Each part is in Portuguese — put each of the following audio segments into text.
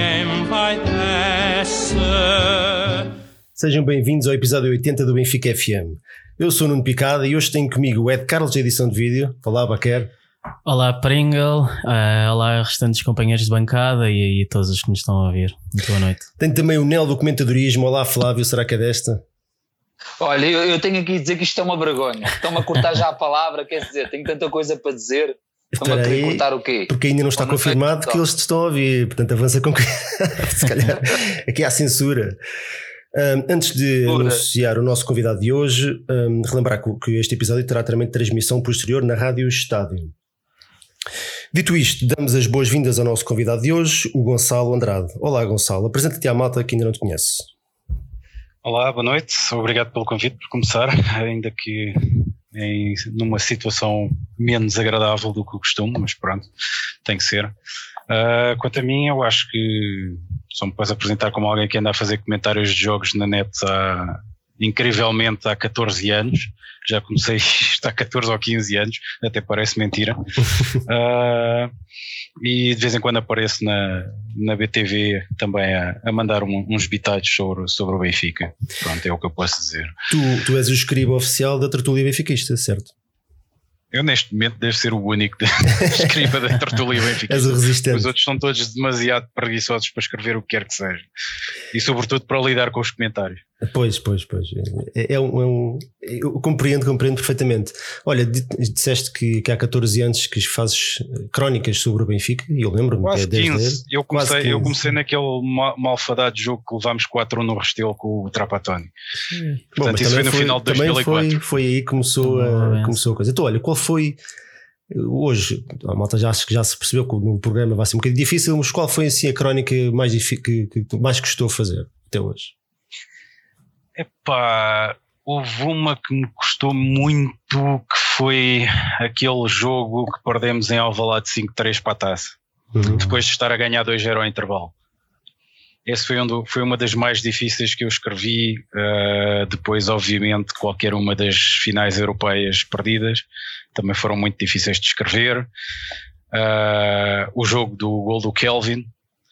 quem vai descer. Sejam bem-vindos ao episódio 80 do Benfica FM. Eu sou o Nuno Picada e hoje tenho comigo o Ed Carlos, de edição de vídeo. Olá, Baquer. Olá, Pringle. Olá, restantes companheiros de bancada e todos os que nos estão a ouvir. Muito boa noite. Tenho também o Nel do Comentadorismo. Olá, Flávio. Será que é desta? Olha, eu tenho aqui a dizer que isto é uma vergonha. Estão-me a cortar já a palavra, quer dizer, tenho tanta coisa para dizer. Estão-me a querer cortar o quê? Porque ainda não está confirmado que eles te estão a ouvir. Portanto, avança com se calhar aqui há censura. Antes de anunciar o nosso convidado de hoje, relembrar que este episódio terá também transmissão posterior na Rádio Estádio. Dito isto, damos as boas-vindas ao nosso convidado de hoje, o Gonçalo Andrade. Olá, Gonçalo, apresenta-te à malta que ainda não te conhece. Olá, boa noite, obrigado pelo convite por começar, ainda que numa situação menos agradável do que o costume, mas pronto, tem que ser. Quanto a mim, eu acho que só me posso apresentar como alguém que anda a fazer comentários de jogos na net incrivelmente há 14 anos. Já comecei isto há 14 ou 15 anos, até parece mentira. E de vez em quando apareço na BTV também a mandar uns bitados sobre o Benfica. Pronto, é o que eu posso dizer. Tu és o escriba oficial da tertúlia benfiquista, certo? Eu neste momento devo ser o único escriba da tertúlia benfiquista. És o resistente. Os outros são todos demasiado preguiçosos para escrever o que quer que seja. E sobretudo para lidar com os comentários. Pois. Eu compreendo perfeitamente. Olha, disseste que há 14 anos que fazes crónicas sobre o Benfica e eu lembro-me quase que é 15. Eu comecei naquele malfadado jogo que levámos 4-1 no Restelo com o Trapatoni. Portanto, isso foi no final de 2004. Foi aí que começou a coisa. Então, olha, qual foi... Hoje, a malta já acho que já se percebeu que no programa vai ser um bocadinho difícil, mas qual foi assim a crónica mais difícil que mais gostou de fazer até hoje? Epá, houve uma que me custou muito, que foi aquele jogo que perdemos em Alvalade 5-3 para a taça, depois de estar a ganhar 2-0 ao intervalo. Esse foi uma das mais difíceis que eu escrevi. Depois, obviamente, qualquer uma das finais europeias perdidas também foram muito difíceis de escrever. O jogo do gol do Kelvin.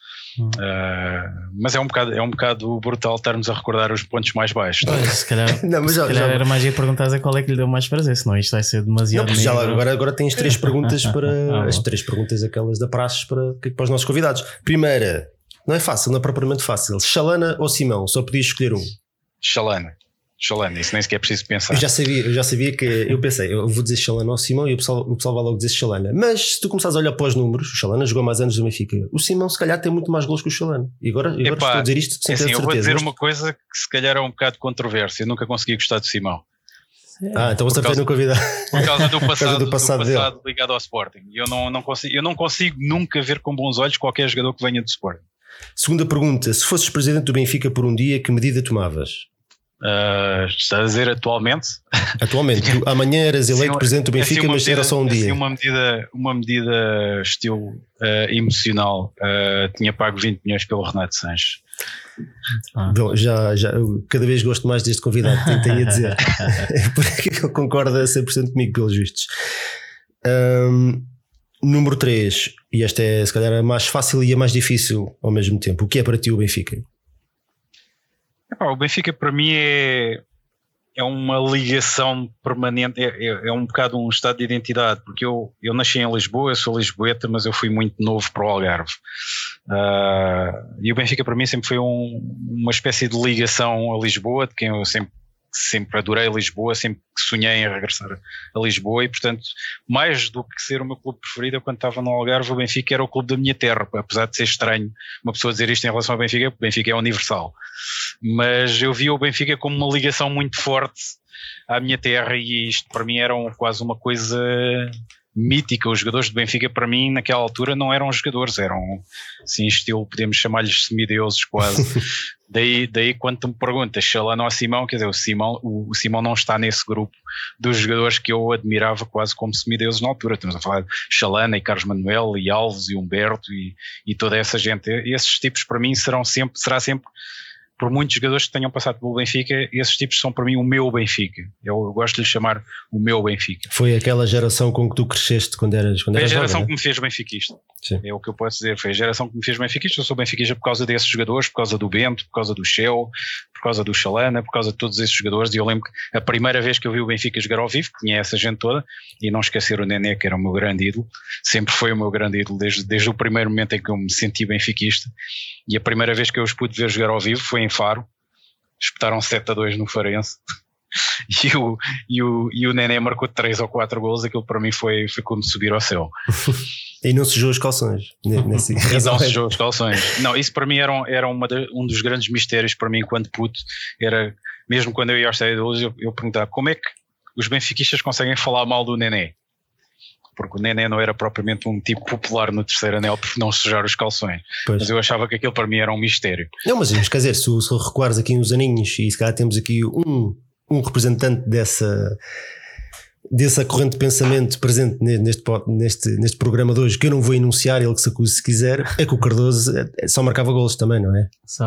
Mas é um bocado brutal estarmos a recordar os pontos mais baixos. Se calhar era mais ir perguntar a qual é que lhe deu mais prazer, senão isto vai ser demasiado. Agora tens 3 perguntas para as 3 perguntas, aquelas da praxe para os nossos convidados. Primeira, não é fácil, não é propriamente fácil. Chalana ou Simão? Só podias escolher um. Chalana, isso nem sequer é preciso pensar. Eu já sabia que eu pensei, eu vou dizer Chalana ou Simão e o pessoal vai logo dizer Chalana. Mas se tu começares a olhar para os números, o Chalana jogou mais anos no Benfica. O Simão se calhar tem muito mais gols que o Chalana. E agora estou a dizer isto sem ter certeza. Eu vou dizer uma coisa que se calhar é um bocado controversa. Eu nunca consegui gostar do Simão. Então você fez no convidado. Por causa do passado dele. Ligado ao Sporting. Eu não consigo nunca ver com bons olhos qualquer jogador que venha do Sporting. Segunda pergunta, se fosses presidente do Benfica por um dia, que medida tomavas? Está a dizer atualmente? Atualmente, tu amanhã eras eleito presidente do Benfica, mas era só um dia. Uma medida estilo emocional. Tinha pago 20 milhões pelo Renato Sanches. Já, cada vez gosto mais deste convidado, tenho a dizer. Porque ele concorda 100% comigo, pelos vistos. Número 3, e esta é se calhar a mais fácil e a mais difícil ao mesmo tempo. O que é para ti o Benfica? O Benfica para mim é uma ligação permanente, é um bocado um estado de identidade, porque eu nasci em Lisboa, eu sou lisboeta, mas eu fui muito novo para o Algarve. E o Benfica para mim sempre foi uma espécie de ligação a Lisboa, de quem eu sempre adorei Lisboa, sempre que sonhei em regressar a Lisboa, e portanto, mais do que ser o meu clube preferido, eu, quando estava no Algarve, o Benfica era o clube da minha terra, apesar de ser estranho uma pessoa dizer isto em relação ao Benfica, porque o Benfica é universal, mas eu via o Benfica como uma ligação muito forte à minha terra, e isto para mim era quase uma coisa mítica. Os jogadores do Benfica para mim naquela altura não eram jogadores, eram assim estilo, podemos chamar-lhes semideuses quase. Daí quando tu me perguntas Chalana ou Simão, quer dizer, o Simão não está nesse grupo dos jogadores que eu admirava quase como semideuses na altura. Estamos a falar de Chalana e Carlos Manuel e Alves e Humberto e toda essa gente. Esses tipos para mim será sempre por muitos jogadores que tenham passado pelo Benfica, esses tipos são para mim o meu Benfica. Eu gosto de lhe chamar o meu Benfica. Foi aquela geração com que tu cresceste quando eras Foi a geração jovem, que me fez benfiquista. Sim. É o que eu posso dizer. Foi a geração que me fez benfiquista. Eu sou benfiquista por causa desses jogadores, por causa do Bento, por causa do Shell, por causa do Chalana, por causa de todos esses jogadores. E eu lembro que a primeira vez que eu vi o Benfica jogar ao vivo, que tinha essa gente toda, e não esquecer o Nené, que era o meu grande ídolo, sempre foi o meu grande ídolo desde o primeiro momento em que eu me senti benfiquista. E a primeira vez que eu os pude ver jogar ao vivo foi em Faro. Espetaram 7-2 no Farense. E o Nené marcou 3 ou 4 golos. Aquilo para mim foi como subir ao céu. E não sujou os calções. E não sujou os calções. Não, isso para mim era um dos grandes mistérios para mim enquanto puto. Era, mesmo quando eu ia ao estádio de Luz, eu perguntava como é que os benfiquistas conseguem falar mal do Nené. Porque o Nené não era propriamente um tipo popular no terceiro anel por não sujar os calções. Pois. Mas eu achava que aquilo para mim era um mistério. Não, mas quer dizer, se recuares aqui uns aninhos, e se calhar temos aqui um representante dessa corrente de pensamento presente neste programa de hoje, que eu não vou enunciar, ele que se acuse se quiser, é que o Cardoso só marcava golos também, não é?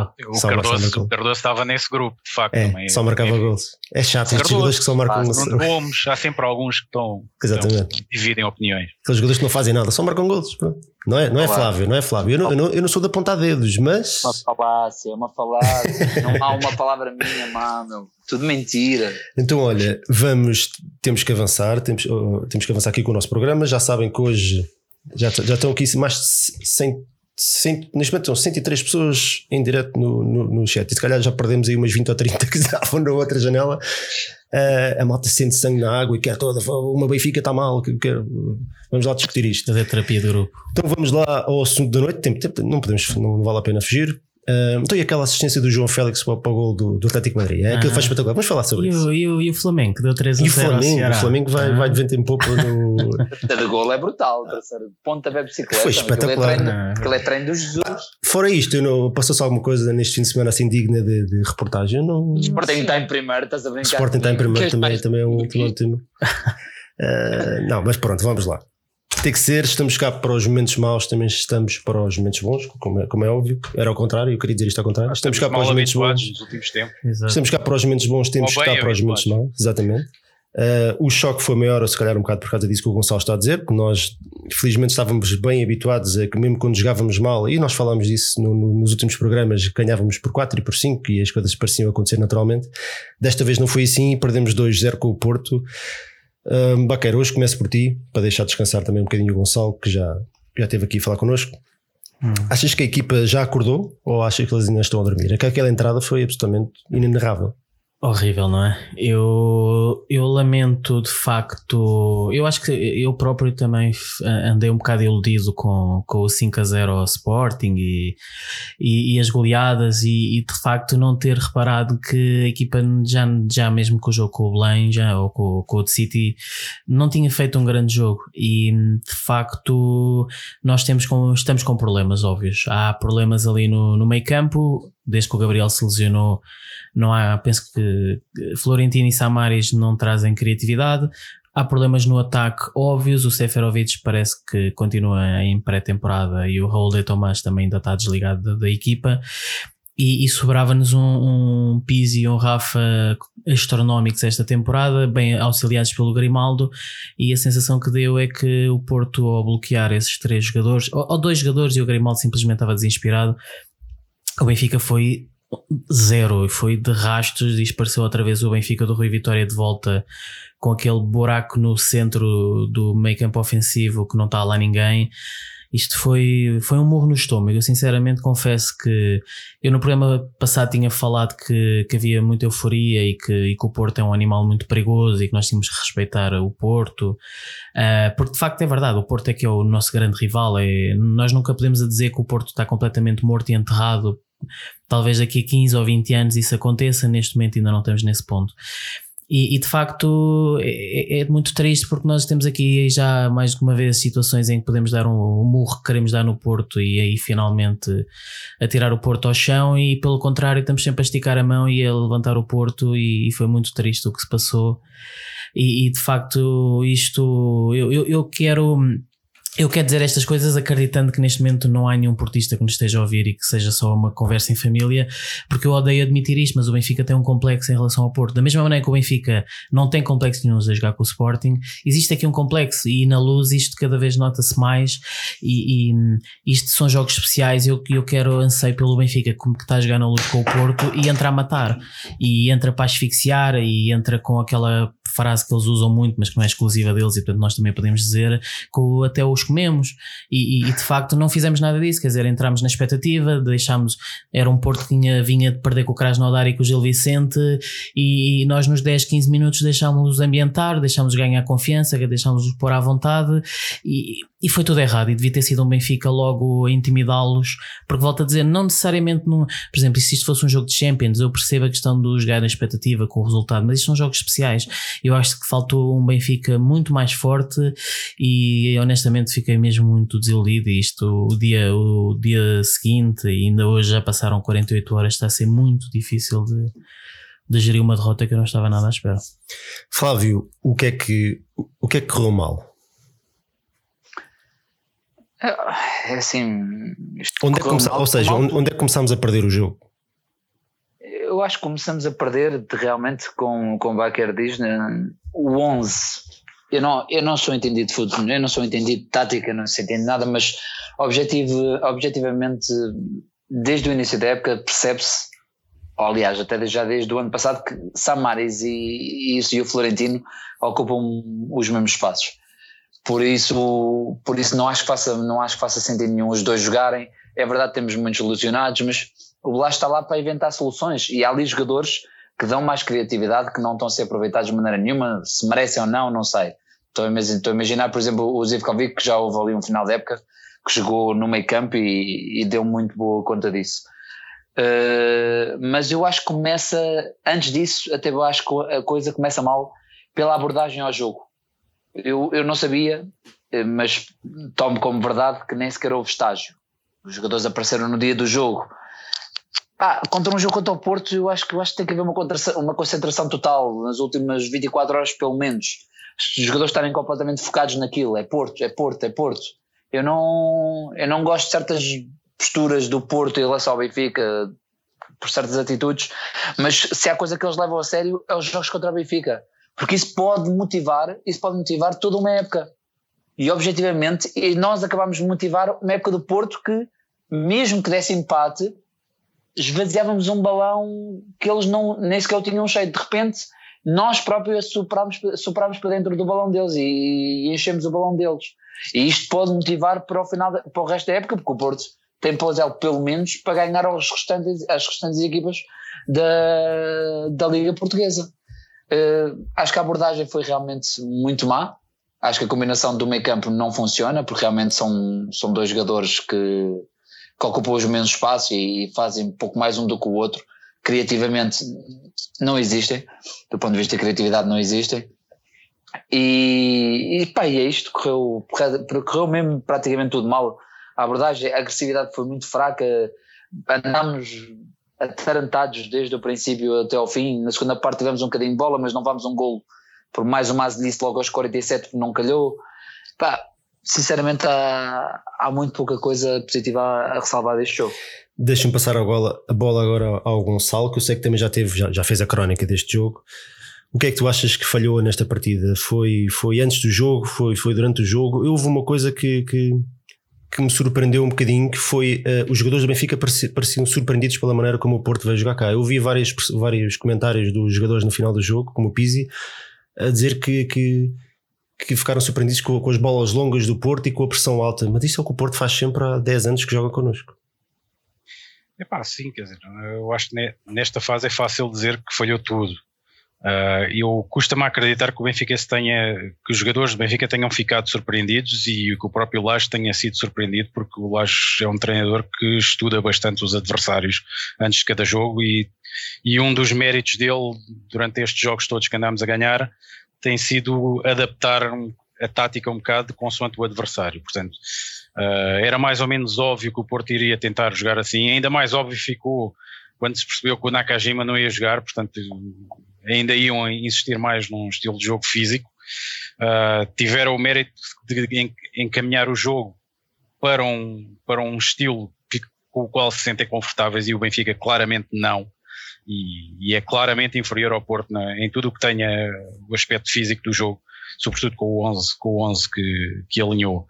O Cardoso estava nesse grupo, de facto. Também. Só marcava golos. É chato, estes jogadores que só marcam golos. Há sempre alguns que Exatamente. Dividem opiniões. Aqueles jogadores que não fazem nada, só marcam golos. Não é Flávio, não é Flávio. Eu não sou de apontar dedos, mas... Uma falácia. Não há uma palavra minha, mano. Tudo mentira. Então, olha, temos que avançar, temos que avançar aqui com o nosso programa. Já sabem que hoje já estão aqui mais de 100, neste momento estão 103 pessoas em direto no chat. E se calhar já perdemos aí umas 20 ou 30 que estavam na outra janela. A malta sente sangue na água e quer toda, uma Benfica está mal, vamos lá discutir isto. Fazer terapia do grupo. Então vamos lá ao assunto da noite. Não vale a pena fugir. Então, e aquela assistência do João Félix para o gol do Atlético de Madrid? Aquilo faz espetacular. Vamos falar sobre isso. E o Flamengo, que deu 3-0. O Flamengo vai de vento em popa no. O gol é brutal. Pontapé bicicleta. Foi espetacular. Aquele é treino dos Jesus. Fora isto, passou-se alguma coisa neste fim de semana assim digna de reportagem? O Sporting está em primeiro, estás a brincar? O Sporting está em primeiro também é um tema. Não, mas pronto, vamos lá. Tem que ser, estamos cá para os momentos maus, também estamos para os momentos bons, como é óbvio. Era ao contrário, eu queria dizer isto ao contrário. Estamos cá para os momentos bons nos últimos tempos. Estamos cá para os momentos bons, temos que estar para os momentos maus. Exatamente. O choque foi maior, ou se calhar um bocado por causa disso que o Gonçalo está a dizer, porque nós felizmente estávamos bem habituados a que mesmo quando jogávamos mal, e nós falámos disso nos últimos programas, ganhávamos por 4 e por 5 e as coisas pareciam acontecer naturalmente. Desta vez não foi assim e perdemos 2-0 com o Porto. Baqueiro, hoje começo por ti, para deixar descansar também um bocadinho o Gonçalo, que já esteve aqui a falar connosco. Achas que a equipa já acordou ou achas que eles ainda estão a dormir? É que aquela entrada foi absolutamente inenarrável. Horrível, não é? Eu lamento de facto. Eu acho que eu próprio também andei um bocado iludido com o 5-0 ao Sporting e as goleadas e de facto não ter reparado que a equipa já mesmo com o jogo com o Belém ou com o City não tinha feito um grande jogo e de facto nós estamos com problemas óbvios. Há problemas ali no meio campo. Desde que o Gabriel se lesionou, penso que Florentino e Samaris não trazem criatividade. Há problemas no ataque óbvios. O Seferovic parece que continua em pré-temporada e o Raul de Tomás também ainda está desligado da equipa. E sobrava-nos um Pizzi e um Rafa astronómicos esta temporada, bem auxiliados pelo Grimaldo, e a sensação que deu é que o Porto, ao bloquear esses 3 jogadores, ou 2 jogadores, e o Grimaldo simplesmente estava desinspirado, o Benfica foi 0, foi de rastos e pareceu outra vez o Benfica do Rui Vitória de volta com aquele buraco no centro do meio campo ofensivo que não está lá ninguém. Isto foi um murro no estômago. Eu sinceramente confesso que eu no programa passado tinha falado que havia muita euforia e que o Porto é um animal muito perigoso e que nós tínhamos que respeitar o Porto, porque de facto é verdade, o Porto é que é o nosso grande rival. Nós nunca podemos dizer que o Porto está completamente morto e enterrado. Talvez daqui a 15 ou 20 anos isso aconteça, neste momento ainda não estamos nesse ponto. E de facto é muito triste porque nós temos aqui já mais de uma vez situações em que podemos dar um murro que queremos dar no Porto e aí finalmente atirar o Porto ao chão, e pelo contrário estamos sempre a esticar a mão e a levantar o Porto, e foi muito triste o que se passou. E de facto isto eu quero Eu quero dizer estas coisas acreditando que neste momento não há nenhum portista que nos esteja a ouvir e que seja só uma conversa em família, porque eu odeio admitir isto, mas o Benfica tem um complexo em relação ao Porto. Da mesma maneira que o Benfica não tem complexo nenhum a jogar com o Sporting, existe aqui um complexo e na Luz isto cada vez nota-se mais e isto são jogos especiais. Eu anseio pelo Benfica como que está a jogar na Luz com o Porto e entra a matar e entra para asfixiar e entra com aquela frase que eles usam muito, mas que não é exclusiva deles e portanto nós também podemos dizer que até os comemos e de facto não fizemos nada disso, quer dizer, entramos na expectativa, deixámos, era um Porto que vinha de perder com o Krasnodar e com o Gil Vicente e nós nos 10, 15 minutos deixámos-los ambientar, deixámos ganhar confiança, deixámos-los pôr à vontade e foi tudo errado e devia ter sido um Benfica logo a intimidá-los, porque volto a dizer, não necessariamente por exemplo, se isto fosse um jogo de Champions, eu percebo a questão do jogar na expectativa com o resultado, mas isto são jogos especiais. Eu acho que faltou um Benfica muito mais forte e honestamente fiquei mesmo muito desiludido. Isto, o dia seguinte e ainda hoje já passaram 48 horas, está a ser muito difícil de gerir uma derrota que eu não estava nada à espera. Flávio, o que é que correu mal? É assim, onde é que começámos a perder o jogo? Eu acho que começamos a perder realmente com o Baquer diz, né? O 11. Eu não sou entendido de futebol, eu não sou entendido de tática, não sei entender nada, mas objetivamente desde o início da época percebe-se, aliás até já desde o ano passado, que Samaris e o Florentino ocupam os mesmos espaços. Por isso não acho que faça sentido nenhum os dois jogarem. É verdade, temos muitos lesionados, mas o Blas está lá para inventar soluções e há ali jogadores que dão mais criatividade, que não estão a ser aproveitados de maneira nenhuma, se merecem ou não sei. Estou a imaginar, por exemplo, o Zivkovic, que já houve ali um final de época, que jogou no meio campo e deu muito boa conta disso. Mas eu acho que começa, antes disso, até eu acho que a coisa começa mal pela abordagem ao jogo. Eu não sabia, mas tomo como verdade que nem sequer houve estágio. Os jogadores apareceram no dia do jogo. Contra um jogo contra o Porto, eu acho que tem que haver uma concentração total nas últimas 24 horas pelo menos. Os jogadores estarem completamente focados naquilo. É Porto. Eu não gosto de certas posturas do Porto em relação ao Benfica, por certas atitudes, mas se há coisa que eles levam a sério é os jogos contra o Benfica, porque isso pode motivar toda uma época. E objetivamente nós acabámos de motivar uma época do Porto que, mesmo que desse empate, esvaziávamos um balão que eles nem sequer o tinham cheio. De repente nós próprios soprámos para dentro do balão deles e enchemos o balão deles, e isto pode motivar para o resto da época, porque o Porto tem plantel pelo menos para ganhar as restantes equipas da Liga Portuguesa. Acho que a abordagem foi realmente muito má. Acho que a combinação do meio campo não funciona, porque realmente são dois jogadores que ocupam os mesmos espaços e fazem um pouco mais um do que o outro. Criativamente não existem, do ponto de vista da criatividade não existem. E é isto, correu mesmo praticamente tudo mal. A abordagem, a agressividade foi muito fraca, andámos atarantados desde o princípio até ao fim. Na segunda parte tivemos um bocadinho de bola, mas não vamos um golo, por mais o Mas disse logo aos 47 que não calhou. Sinceramente há muito pouca coisa positiva a ressalvar deste jogo. Deixa-me passar a bola agora ao Gonçalo, que eu sei que também já fez a crónica deste jogo. O que é que tu achas que falhou nesta partida? Foi antes do jogo? Foi durante o jogo? Houve uma coisa que me surpreendeu um bocadinho, que foi os jogadores do Benfica pareciam surpreendidos pela maneira como o Porto veio jogar cá. Eu vi vários comentários dos jogadores no final do jogo, como o Pizzi, a dizer que ficaram surpreendidos com as bolas longas do Porto e com a pressão alta. Mas isso é o que o Porto faz sempre há 10 anos que joga connosco. Sim, quer dizer, eu acho que nesta fase é fácil dizer que falhou tudo. Eu custa-me acreditar que que os jogadores do Benfica tenham ficado surpreendidos e que o próprio Lage tenha sido surpreendido, porque o Lage é um treinador que estuda bastante os adversários antes de cada jogo e um dos méritos dele durante estes jogos todos que andámos a ganhar tem sido adaptar a tática um bocado consoante o adversário. Portanto, era mais ou menos óbvio que o Porto iria tentar jogar assim. Ainda mais óbvio ficou quando se percebeu que o Nakajima não ia jogar, portanto ainda iam insistir mais num estilo de jogo físico. tiveram o mérito de encaminhar o jogo para um estilo com o qual se sentem confortáveis, e o Benfica claramente não, e é claramente inferior ao Porto em tudo o que tenha o aspecto físico do jogo, sobretudo com o 11 que alinhou.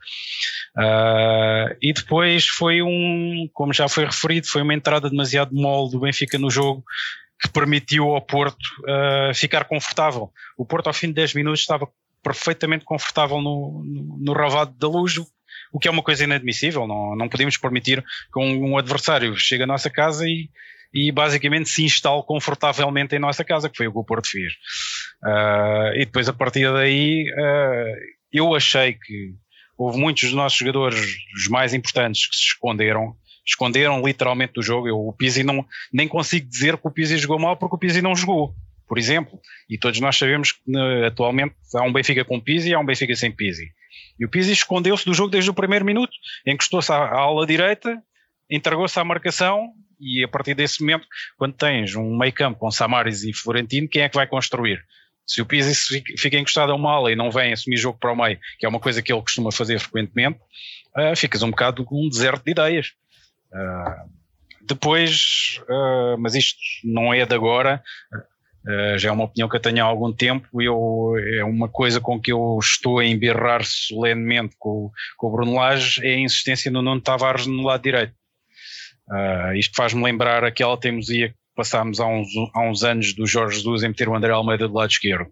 E depois foi como já foi referido, foi uma entrada demasiado mole do Benfica no jogo, que permitiu ao Porto ficar confortável. O Porto, ao fim de 10 minutos, estava perfeitamente confortável no Ravado da Luz, o que é uma coisa inadmissível. Não podemos permitir que um adversário chegue à nossa casa e basicamente se instale confortavelmente em nossa casa, que foi o que o Porto fez. E depois, a partir daí, eu achei que houve muitos dos nossos jogadores, os mais importantes, que se esconderam literalmente do jogo. O Pizzi nem consigo dizer que o Pizzi jogou mal, porque o Pizzi não jogou, por exemplo, e todos nós sabemos que atualmente há um Benfica com Pizzi e há um Benfica sem Pizzi, e o Pizzi escondeu-se do jogo desde o primeiro minuto, encostou-se à ala direita, entregou-se à marcação, e a partir desse momento, quando tens um meio campo com Samaris e Florentino, quem é que vai construir? Se o Pizzi fica encostado a uma ala e não vem assumir jogo para o meio, que é uma coisa que ele costuma fazer frequentemente, ficas um bocado com um deserto de ideias. Depois, mas isto não é de agora, já é uma opinião que eu tenho há algum tempo, é uma coisa com que eu estou a embirrar solenemente com o Bruno Lage, é a insistência no Nuno Tavares no lado direito. Isto faz-me lembrar aquela teimosia que passámos há uns anos do Jorge Jesus em meter o André Almeida do lado esquerdo,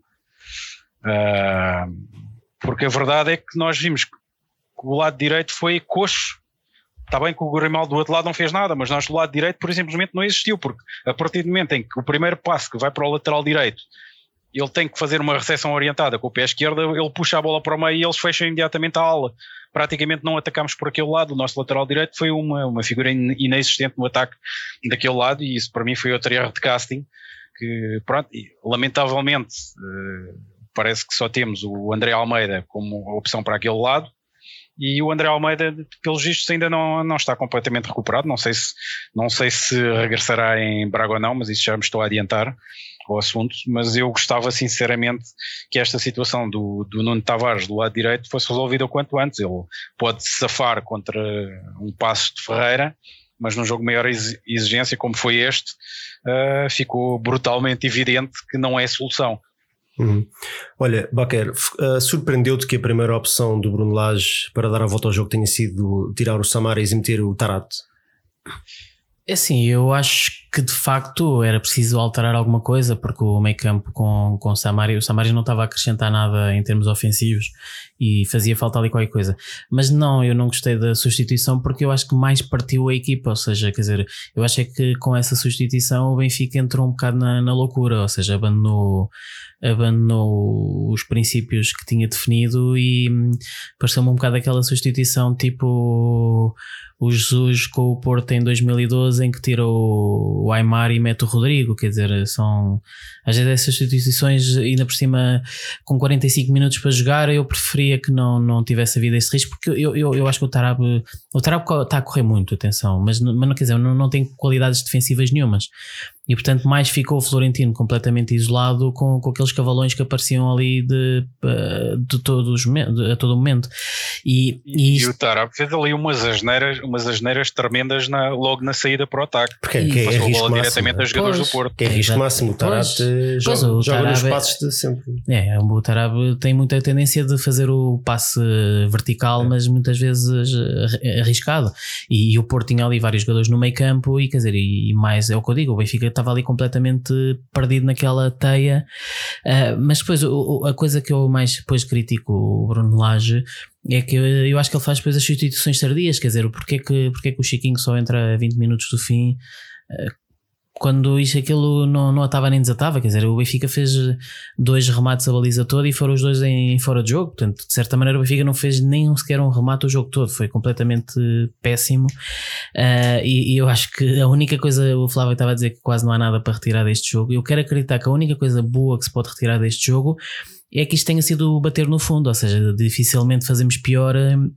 porque a verdade é que nós vimos que o lado direito foi coxo. Está bem que o Grimaldo do outro lado não fez nada, mas nós do lado direito, por exemplo, não existiu, porque a partir do momento em que o primeiro passo que vai para o lateral direito, ele tem que fazer uma recepção orientada com o pé esquerdo, ele puxa a bola para o meio e eles fecham imediatamente a ala. Praticamente não atacámos por aquele lado. O nosso lateral direito foi uma figura inexistente no ataque daquele lado, e isso para mim foi outro erro de casting, que pronto, lamentavelmente parece que só temos o André Almeida como opção para aquele lado, e o André Almeida, pelos vistos, ainda não está completamente recuperado. Não sei se regressará em Braga ou não, mas isso já me estou a adiantar ao assunto. Mas eu gostava sinceramente que esta situação do Nuno Tavares do lado direito fosse resolvida o quanto antes. Ele pode se safar contra um Passos de Ferreira, mas num jogo de maior exigência como foi este, ficou brutalmente evidente que não é solução. Olha, Baquer, surpreendeu-te que a primeira opção do Bruno Lage para dar a volta ao jogo tenha sido tirar o Samaris e meter o Taarabt? É assim, eu acho que de facto era preciso alterar alguma coisa, porque o meio campo com o Samaris não estava a acrescentar nada em termos ofensivos e fazia falta ali qualquer coisa. Mas não, eu não gostei da substituição, porque eu acho que mais partiu a equipa. Ou seja, quer dizer, eu acho que com essa substituição o Benfica entrou um bocado na loucura, ou seja, abandonou os princípios que tinha definido, e pareceu-me um bocado aquela substituição tipo o Jesus com o Porto em 2012, em que tira o Aimar e mete o Rodrigo. Quer dizer, são às vezes essas substituições, ainda por cima com 45 minutos para jogar. Eu preferia que não tivesse havido esse risco, porque eu acho que o Taarabt está a correr muito, atenção, mas não quer dizer, não tem qualidades defensivas nenhumas. E portanto mais ficou o Florentino completamente isolado com aqueles cavalões que apareciam ali a todo momento. E o Taarabt fez ali umas asneiras tremendas logo na saída para o ataque. Porque é risco máximo, diretamente a jogadores do Porto. Que é risco máximo. O Taarabt joga nos passos de sempre. O Taarabt tem muita tendência de fazer o passe vertical, mas muitas vezes arriscado. E o Porto tinha ali vários jogadores no meio campo, e quer dizer, e mais é o que eu digo, o Benfica estava ali completamente perdido naquela teia. Mas depois a coisa que eu mais depois critico o Bruno Lage é que eu acho que ele faz depois as substituições tardias. Quer dizer, porque que o Chiquinho só entra a 20 minutos do fim, quando aquilo não atava nem desatava. Quer dizer, o Benfica fez 2 remates a baliza toda e foram os 2 em fora de jogo. Portanto, de certa maneira o Benfica não fez nem sequer um remate o jogo todo, foi completamente péssimo. E eu acho que a única coisa, o Flávio estava a dizer que quase não há nada para retirar deste jogo. Eu quero acreditar que a única coisa boa que se pode retirar deste jogo é que isto tenha sido bater no fundo, ou seja, dificilmente fazemos pior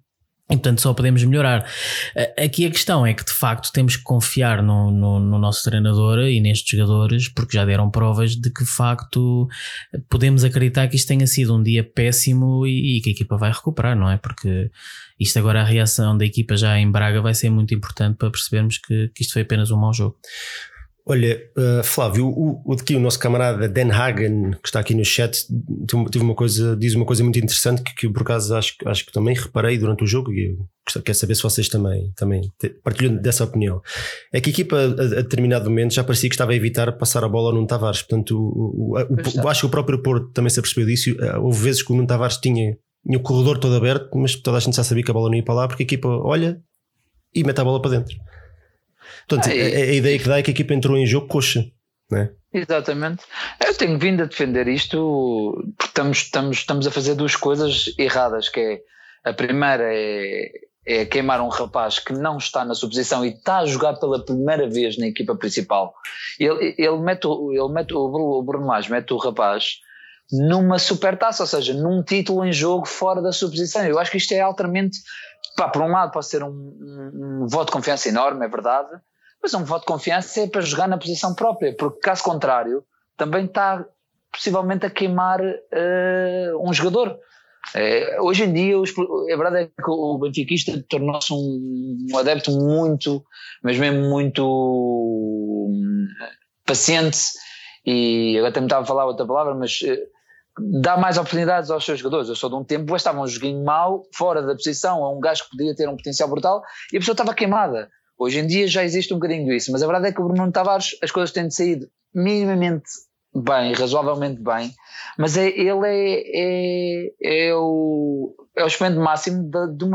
E portanto só podemos melhorar. Aqui a questão é que de facto temos que confiar no nosso treinador e nestes jogadores, porque já deram provas de que de facto podemos acreditar que isto tenha sido um dia péssimo e que a equipa vai recuperar, não é? Porque isto agora, a reação da equipa já em Braga vai ser muito importante para percebermos que isto foi apenas um mau jogo. Olha, Flávio, o nosso camarada Dan Hagen, que está aqui no chat, diz uma coisa muito interessante que eu por acaso acho que também reparei durante o jogo, e eu quero saber se vocês também partilham dessa opinião. É que a equipa a determinado momento já parecia que estava a evitar passar a bola ao Nuno Tavares. Portanto, acho que o próprio Porto também se apercebeu disso. Houve vezes que o Nuno Tavares tinha o corredor todo aberto, mas toda a gente já sabia que a bola não ia para lá, porque a equipa olha e mete a bola para dentro. Portanto, a ideia que dá é que a equipa entrou em jogo coxa, não é? Exatamente. Eu tenho vindo a defender isto porque estamos a fazer duas coisas erradas, que é, a primeira é queimar um rapaz que não está na sua posição e está a jogar pela primeira vez na equipa principal. Ele mete o Bruno Lage mete o rapaz numa supertaça, ou seja, num título em jogo fora da sua posição. Eu acho que isto é altamente, por um lado pode ser um voto de confiança enorme, é verdade, mas um voto de confiança é para jogar na posição própria, porque caso contrário também está possivelmente a queimar um jogador. Hoje em dia a verdade é que o benfiquista tornou-se um adepto muito, mas mesmo muito paciente, e agora também estava a falar outra palavra, mas dá mais oportunidades aos seus jogadores. Eu sou de um tempo, bastava um joguinho mau, fora da posição, a um gajo que podia ter um potencial brutal, e a pessoa estava queimada. Hoje em dia já existe um bocadinho disso, mas a verdade é que o Bruno Tavares, as coisas têm saído minimamente bem, razoavelmente bem, mas ele é o expoente máximo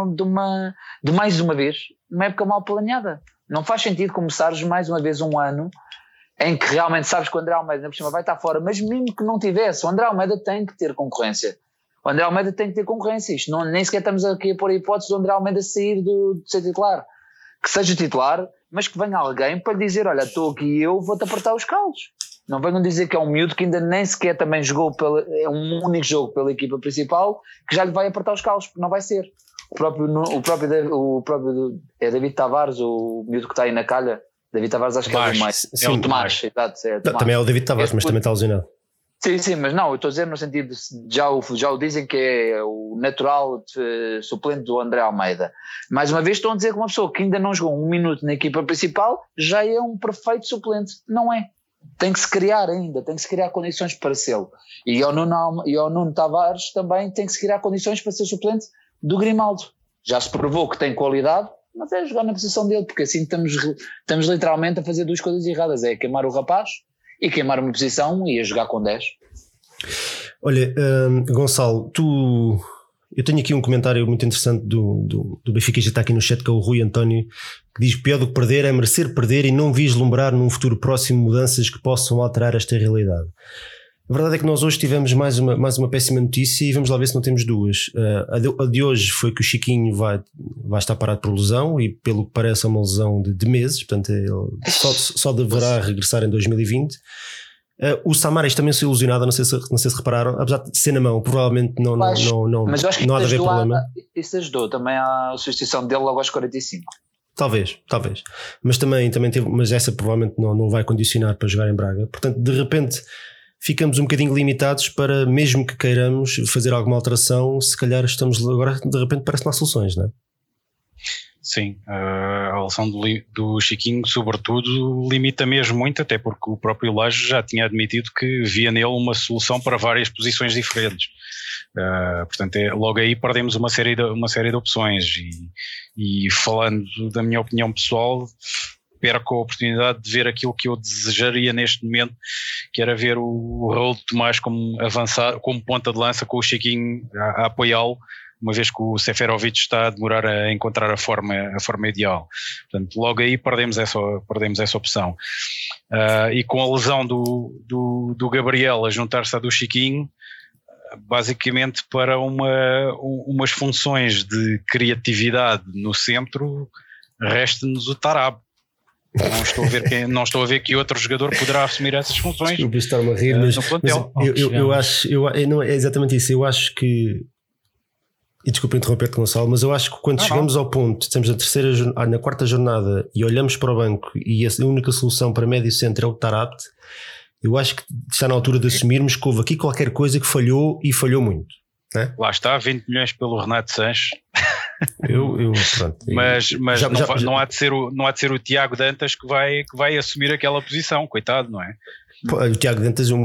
de mais uma vez uma época mal planeada. Não faz sentido começares mais uma vez um ano em que realmente sabes que o André Almeida na por cima vai estar fora, mas mesmo que não tivesse, o André Almeida tem que ter concorrência. O André Almeida tem que ter concorrência. Isto não, nem sequer estamos aqui a pôr a hipótese do André Almeida sair de ser titular. Que seja titular, mas que venha alguém para lhe dizer, olha, estou aqui e eu vou-te apertar os calos. Não venham dizer que é um miúdo que ainda nem sequer também jogou, é um único jogo pela equipa principal, que já lhe vai apertar os calos, porque não vai ser. O próprio é David Tavares, o miúdo que está aí na calha. David Tavares acho que é o mais. É o Tomás, exato. Também é o David Tavares, mas também está lesionado. Sim, mas não, eu estou a dizer no sentido de já o dizem que é o natural suplente do André Almeida. Mais uma vez estão a dizer que uma pessoa que ainda não jogou um minuto na equipa principal já é um perfeito suplente. Não é. Tem que se criar ainda, tem que se criar condições para ser. E ao Nuno Tavares também tem que se criar condições para ser suplente do Grimaldo. Já se provou que tem qualidade, mas é jogar na posição dele, porque assim estamos literalmente a fazer duas coisas erradas, é queimar o rapaz e queimar uma posição e a jogar com 10. Olha, Gonçalo, eu tenho aqui um comentário muito interessante do Benfica, já está aqui no chat, que é o Rui António, que diz: pior do que perder é merecer perder e não vislumbrar num futuro próximo mudanças que possam alterar esta realidade. A verdade é que nós hoje tivemos mais uma péssima notícia e vamos lá ver se não temos duas. A de hoje foi que o Chiquinho vai estar parado por lesão, e pelo que parece é uma lesão de meses, portanto ele só deverá regressar em 2020. O Samaris também se ilusionado, não sei se repararam, apesar de ser na mão, provavelmente não mas eu acho que não há de haver problema. Isso ajudou também à substituição dele logo aos 45. Talvez, mas também teve, mas essa provavelmente não vai condicionar para jogar em Braga, portanto de repente ficamos um bocadinho limitados para, mesmo que queiramos fazer alguma alteração, se calhar estamos agora, de repente parece que não há soluções, não é? Sim, a lesão do Chiquinho sobretudo limita mesmo muito, até porque o próprio Lage já tinha admitido que via nele uma solução para várias posições diferentes. Portanto, logo aí perdemos uma série de opções e falando da minha opinião pessoal, perco a oportunidade de ver aquilo que eu desejaria neste momento, que era ver o Raul de Tomás como ponta de lança, com o Chiquinho a apoiá-lo, uma vez que o Seferovic está a demorar a encontrar a forma ideal. Portanto, logo aí perdemos essa opção. E com a lesão do Gabriel a juntar-se à do Chiquinho, basicamente para umas funções de criatividade no centro, resta-nos o Tarab. Não estou a ver que outro jogador poderá assumir essas funções. Desculpa estar-me a rir, mas eu acho, não é exatamente isso. Eu acho que E desculpa interromper-te, Gonçalo, mas eu acho que quando chegamos ao ponto, estamos na quarta jornada e olhamos para o banco e a única solução para médio centro é o Taarabt, eu acho que está na altura de assumirmos que houve aqui qualquer coisa que falhou e falhou muito. Né? Lá está, 20 milhões pelo Renato Sanches. Pronto, mas não há de ser o Tiago Dantas que vai assumir aquela posição, coitado, não é? O Tiago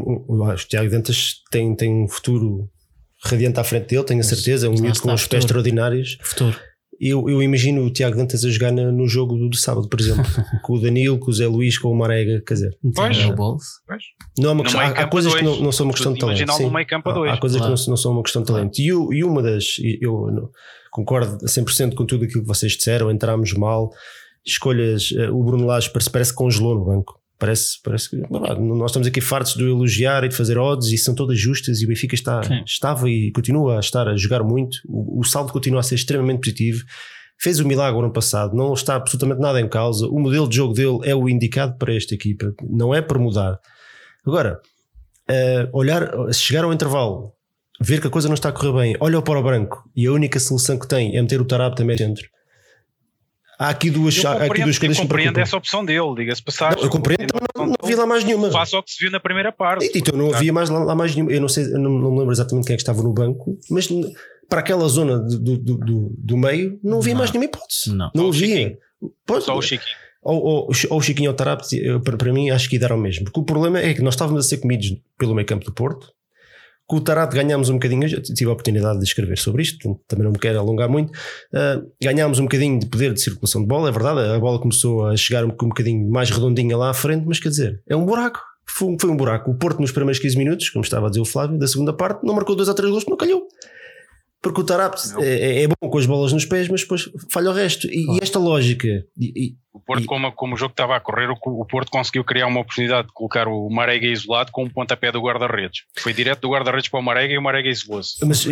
Dantas tem um futuro radiante à frente dele, tenho a certeza, é um miúdo com uns pés extraordinários. Futuro. Eu imagino o Tiago Dantas a jogar no jogo do sábado, por exemplo, com o Danilo, com o Zé Luís, com o Marega, quer dizer. Não é uma questão, há coisas que não são uma questão de talento. Há coisas que não são uma questão de talento. E uma das, eu concordo a 100% com tudo aquilo que vocês disseram, entramos mal, escolhas, o Bruno Lage parece que congelou no banco. Parece que nós estamos aqui fartos de elogiar e de fazer odds e são todas justas e o Benfica estava e continua a estar a jogar muito, o saldo continua a ser extremamente positivo, fez o milagre ano passado, não está absolutamente nada em causa, o modelo de jogo dele é o indicado para esta equipa, não é para mudar. Agora, chegar ao intervalo, ver que a coisa não está a correr bem, olha para o branco e a única solução que tem é meter o Taarabt também dentro. Há aqui duas coisas que me compreendo essa opção dele, diga-se passagem. Eu compreendo, não havia lá mais nenhuma. Faça o que se viu na primeira parte. Então não havia lá mais nenhuma. Eu não sei, não me lembro exatamente quem é que estava no banco, mas para aquela zona do meio não havia mais nenhuma hipótese. Não havia. Só o Chiquinho. Ou o Chiquinho ou o Taarabt, para mim acho que deram mesmo. Porque o problema é que nós estávamos a ser comidos pelo meio campo do Porto. Com o Taarabt ganhámos um bocadinho, eu tive a oportunidade de escrever sobre isto, também não me quero alongar muito, ganhámos um bocadinho de poder de circulação de bola, é verdade, a bola começou a chegar um bocadinho mais redondinha lá à frente, mas quer dizer, é um buraco, foi um buraco. O Porto nos primeiros 15 minutos, como estava a dizer o Flávio, da segunda parte, não marcou 2 ou 3 gols, não calhou. Porque o Taarabt é bom com as bolas nos pés, mas depois falha o resto. E esta lógica... O Porto, como o jogo estava a correr, o Porto conseguiu criar uma oportunidade de colocar o Marega isolado com um pontapé do guarda-redes. Foi direto do guarda-redes para o Marega e o Marega isolou-se. Mas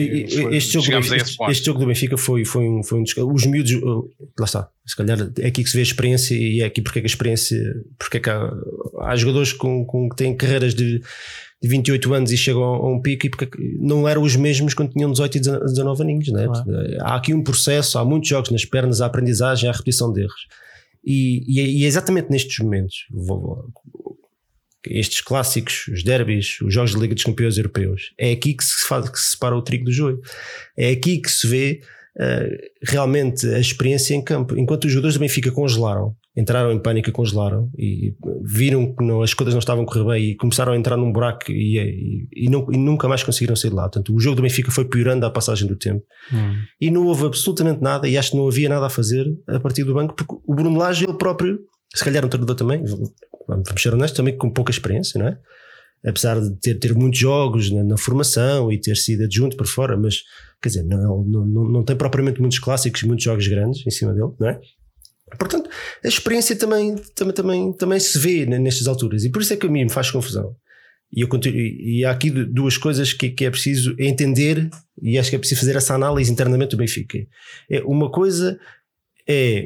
este jogo do Benfica foi um dos... Os miúdos... Lá está. Se calhar é aqui que se vê a experiência e é aqui porque é que a experiência... Porque é que há jogadores que têm carreiras de 28 anos e chegam a um pico e porque não eram os mesmos quando tinham 18 e 19 aninhos, né? Há aqui um processo, há muitos jogos nas pernas, há aprendizagem, há repetição de erros e é exatamente nestes momentos, estes clássicos, os derbys, os jogos de Liga dos Campeões Europeus, é aqui que se separa o trigo do joio, é aqui que se vê realmente a experiência em campo. Enquanto os jogadores do Benfica entraram em pânico e congelaram e viram que as coisas não estavam a correr bem e começaram a entrar num buraco e nunca mais conseguiram sair de lá. Portanto, o jogo do Benfica foi piorando à passagem do tempo e não houve absolutamente nada, e acho que não havia nada a fazer a partir do banco, porque o Bruno Lage, ele próprio, se calhar um treinador também, vamos ser honestos, também com pouca experiência, não é? Apesar de ter muitos jogos na formação e ter sido adjunto por fora, mas quer dizer, não tem propriamente muitos clássicos, muitos jogos grandes em cima dele, não é? Portanto, a experiência também se vê nestas alturas, e por isso é que a mim me faz confusão. E há aqui duas coisas que é preciso entender, e acho que é preciso fazer essa análise internamente do Benfica. Uma coisa é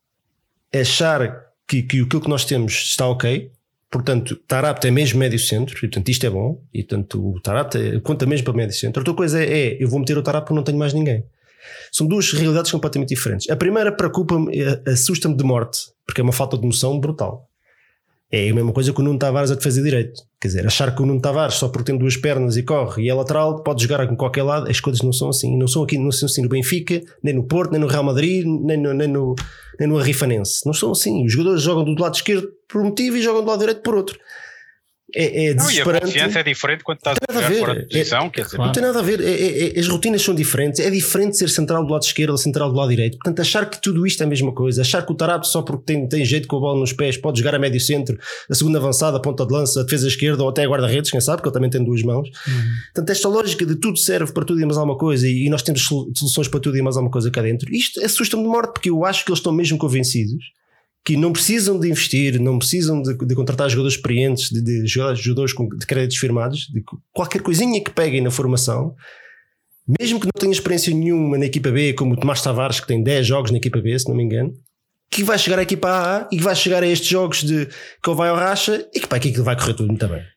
achar que aquilo que nós temos está ok. Portanto, Taarabt é mesmo médio centro, e portanto isto é bom, e portanto o Taarabt conta mesmo para médio centro. Outra coisa eu vou meter o Taarabt porque não tenho mais ninguém. São duas realidades completamente diferentes. A primeira preocupa-me, assusta-me de morte, porque é uma falta de noção brutal. É a mesma coisa que o Nuno Tavares a defesa direito. Quer dizer, achar que o Nuno Tavares só porque tem 2 pernas e corre e é lateral pode jogar em qualquer lado, as coisas não são assim. Não são assim no Benfica, nem no Porto, nem no Real Madrid, nem no Arrifanense. Não são assim. Os jogadores jogam do lado esquerdo por um motivo e jogam do lado direito por outro. É desesperante. E a confiança é diferente quando estás a jogar fora de posição. Não tem nada a ver. As rotinas são diferentes. É diferente ser central do lado esquerdo ou central do lado direito. Portanto, achar que tudo isto é a mesma coisa, achar que o Taarabt só porque tem jeito com a bola nos pés pode jogar a médio centro, a segunda avançada, a ponta de lança, a defesa esquerda ou até a guarda-redes, quem sabe, porque ele também tem 2 mãos. Portanto, esta lógica de tudo serve para tudo e mais alguma coisa e nós temos soluções para tudo e mais alguma coisa cá dentro, isto assusta-me de morte, porque eu acho que eles estão mesmo convencidos que não precisam de investir, não precisam de contratar jogadores experientes, de jogadores de créditos firmados, de qualquer coisinha que peguem na formação, mesmo que não tenha experiência nenhuma na equipa B, como o Tomás Tavares, que tem 10 jogos na equipa B, se não me engano, que vai chegar à equipa A e que vai chegar a estes jogos que ele vai ao racha e que aquilo vai correr tudo muito bem.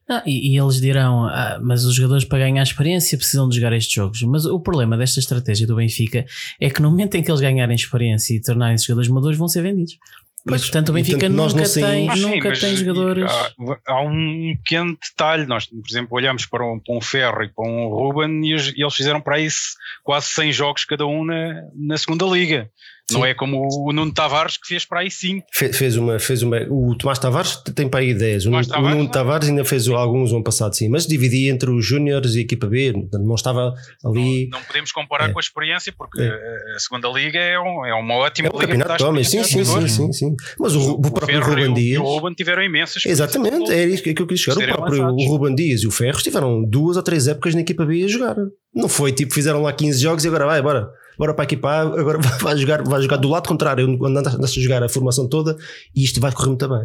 E eles dirão, mas os jogadores para ganhar experiência precisam de jogar estes jogos. Mas o problema desta estratégia do Benfica é que no momento em que eles ganharem experiência e tornarem-se jogadores maduros, vão ser vendidos. Mas portanto o Benfica nunca tem jogadores. Há um pequeno detalhe. Nós, por exemplo, olhamos para um Ferro e para um Ruben e eles fizeram para isso quase 100 jogos cada um na segunda liga. Sim. Não é como o Nuno Tavares que fez para aí 5. Fez uma. O Tomás Tavares tem para aí 10. O Nuno Tavares ainda fez alguns ano passado, sim. Mas dividia entre os Júniores e a equipa B. Não estava ali. Não podemos comparar com a experiência, porque a segunda liga é uma ótima liga. Campeonato de homens, sim. Mas o próprio Ruben Dias. E o Ruben tiveram imensas. Exatamente, é isso que eu quis chegar. O Ruben Dias e o Ferros tiveram 2 ou 3 épocas na equipa B a jogar. Não foi tipo, fizeram lá 15 jogos e agora bora para a equipa A, agora vai jogar do lado contrário, andaste a jogar a formação toda e isto vai correr muito bem.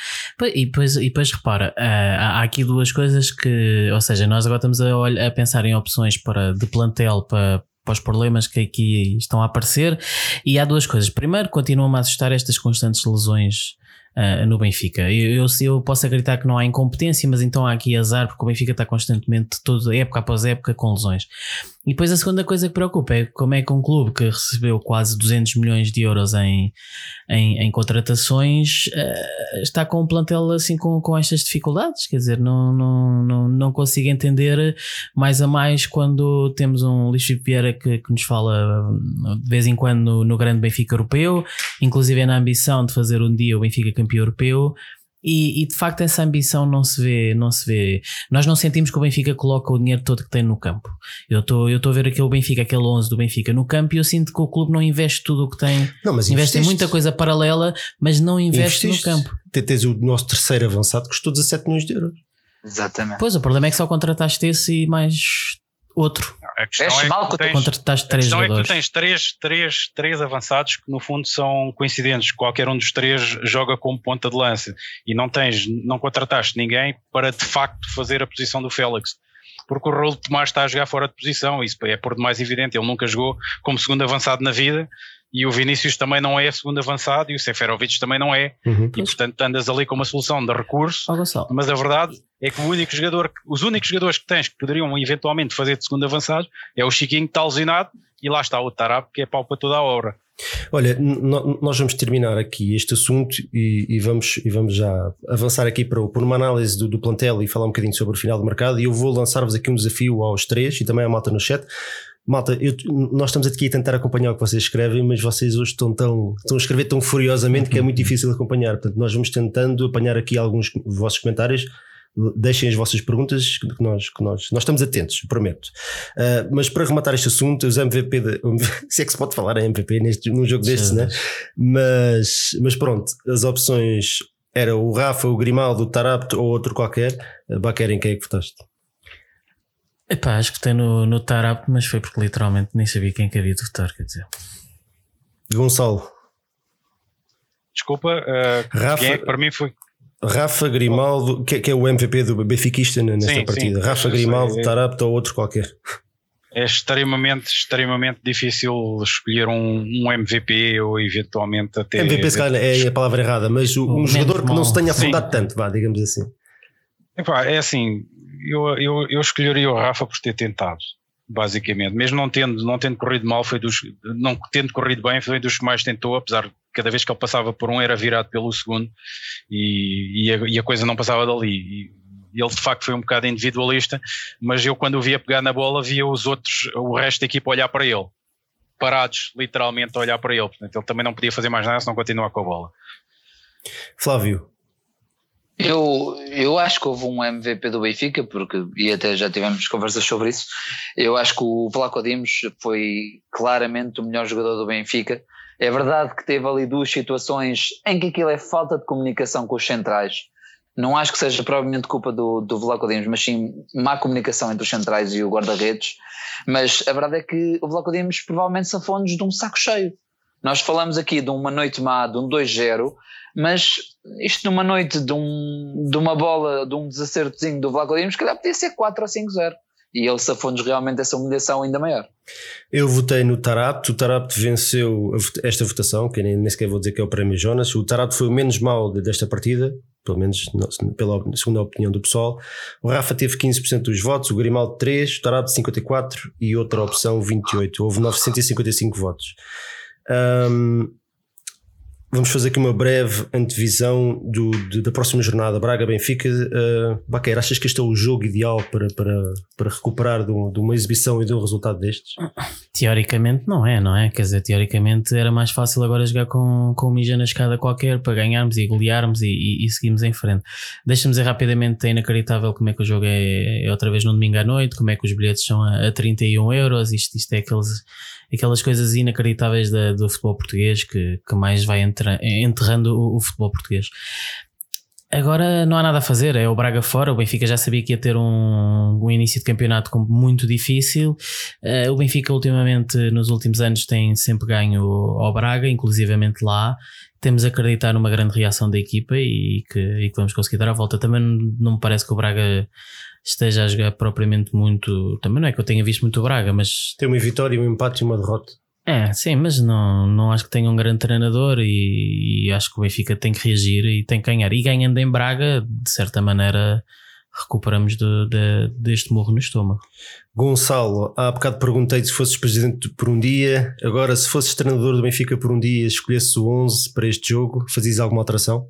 E depois repara, há aqui duas coisas que, ou seja, nós agora estamos a pensar em opções de plantel para os problemas que aqui estão a aparecer, e há duas coisas. Primeiro, continuam-me a assustar estas constantes lesões no Benfica. Eu posso acreditar que não há incompetência, mas então há aqui azar, porque o Benfica está constantemente, época após época, com lesões. E depois a segunda coisa que preocupa é como é que um clube que recebeu quase 200 milhões de euros em contratações está com um plantel assim com estas dificuldades. Quer dizer, não consigo entender mais a mais quando temos um Luís Filipe Vieira que nos fala de vez em quando no grande Benfica europeu, inclusive é na ambição de fazer um dia o Benfica campeão europeu. E de facto essa ambição não se vê. Nós não sentimos que o Benfica coloca o dinheiro todo que tem no campo. Eu estou a ver aquele 11 do Benfica no campo e eu sinto que o clube não investe tudo o que tem. Investe em muita coisa paralela, mas não investe no campo. Tens o nosso terceiro avançado que custou 17 milhões de euros. Exatamente. Pois, o problema é que só contrataste esse e mais outro. A questão contrataste 3 jogadores. É que tu tens três avançados que no fundo são coincidentes. Qualquer um dos 3 joga como ponta de lança e não contrataste ninguém para de facto fazer a posição do Félix, porque o Raul de Tomás está a jogar fora de posição. Isso é por demais evidente. Ele nunca jogou como segundo avançado na vida. E o Vinícius também não é segundo avançado e o Seferovic também não é. E portanto andas ali com uma solução de recurso. Mas a verdade é que os únicos jogadores que tens que poderiam eventualmente fazer de segundo avançado é o Chiquinho que está lesionado e lá está o Tarap, que é pau para toda a obra. Olha, nós vamos terminar aqui este assunto e vamos já avançar aqui por uma análise do plantel e falar um bocadinho sobre o final do mercado, e eu vou lançar-vos aqui um desafio aos 3 e também à malta no chat. Malta, nós estamos aqui a tentar acompanhar o que vocês escrevem, mas vocês hoje estão a escrever tão furiosamente que é muito difícil acompanhar. Portanto, nós vamos tentando apanhar aqui alguns dos vossos comentários. Deixem as vossas perguntas que nós estamos atentos, prometo. Mas para rematar este assunto, os MVP, se é que se pode falar em MVP num jogo destes, né? Mas pronto, as opções eram o Rafa, o Grimaldo, o Tarap ou outro qualquer. Baquer, em quem é que votaste? Epá, acho que tem no Tarap, mas foi porque literalmente nem sabia quem que havia de votar, quer dizer. Gonçalo. Desculpa, Rafa, para mim foi Rafa, Grimaldo, que é o MVP do benfiquista nesta partida. Rafa, Grimaldo, Tarap ou outro qualquer. É extremamente difícil escolher um MVP ou eventualmente até... MVP se calhar é a palavra errada, mas um jogador que não se tenha afundado tanto, digamos assim. Epá, é assim, eu escolheria o Rafa por ter tentado, basicamente. Mesmo não tendo corrido mal, não tendo corrido bem, foi dos que mais tentou, apesar de cada vez que ele passava por um era virado pelo segundo e a coisa não passava dali. E ele de facto foi um bocado individualista, mas eu quando o via pegar na bola via o resto da equipa olhar para ele, parados literalmente a olhar para ele. Portanto, ele também não podia fazer mais nada se não continuar com a bola. Flávio. Eu acho que houve um MVP do Benfica, e até já tivemos conversas sobre isso. Eu acho que o Vlaco Dimos foi claramente o melhor jogador do Benfica. É verdade que teve ali 2 situações em que aquilo é falta de comunicação com os centrais. Não acho que seja provavelmente culpa do Vlaco Dimos, mas sim má comunicação entre os centrais e o guarda-redes. Mas a verdade é que o Vlaco Dimos provavelmente safou-nos de um saco cheio. Nós falamos aqui de uma noite má, de um 2-0, mas isto numa noite de uma bola, de um desacertozinho do Vlaco Dimos, que calhar podia ser 4 ou 5-0. e ele safou-nos realmente essa humilhação ainda maior. Eu votei no Taarabt. O Taarabt venceu esta votação, que nem sequer vou dizer que é o prémio Jonas. O Taarabt foi o menos mau desta partida, pelo menos pela segunda opinião do pessoal. O Rafa teve 15% dos votos, o Grimaldo 3%, o Taarabt 54% e outra opção 28%. Houve 955 votos. Vamos fazer aqui uma breve antevisão da próxima jornada. Braga-Benfica. Baqueira, achas que este é o jogo ideal para recuperar de uma exibição e de um resultado destes? Teoricamente não é? Quer dizer, teoricamente era mais fácil agora jogar com um mija na escada qualquer para ganharmos e golearmos e seguirmos em frente. Deixa-me dizer rapidamente, é inacreditável como é que o jogo é outra vez no domingo à noite, como é que os bilhetes são a 31 euros, isto é aquelas coisas inacreditáveis do futebol português que mais vai enterrando o futebol português. Agora não há nada a fazer, é o Braga fora. O Benfica já sabia que ia ter um início de campeonato muito difícil. O Benfica ultimamente, nos últimos anos, tem sempre ganho ao Braga, inclusivamente lá. Temos a acreditar numa grande reação da equipa e que vamos conseguir dar a volta. Também não me parece que o Braga esteja a jogar propriamente muito. Também não é que eu tenha visto muito o Braga, mas tem uma vitória, um empate e uma derrota. Sim, mas não acho que tenha um grande treinador e acho que o Benfica tem que reagir e tem que ganhar. E ganhando em Braga, de certa maneira, recuperamos deste morro no estômago. Gonçalo, há bocado perguntei-te se fosses presidente por um dia. Agora, se fosses treinador do Benfica por um dia, escolhesse o 11 para este jogo, fazias alguma alteração?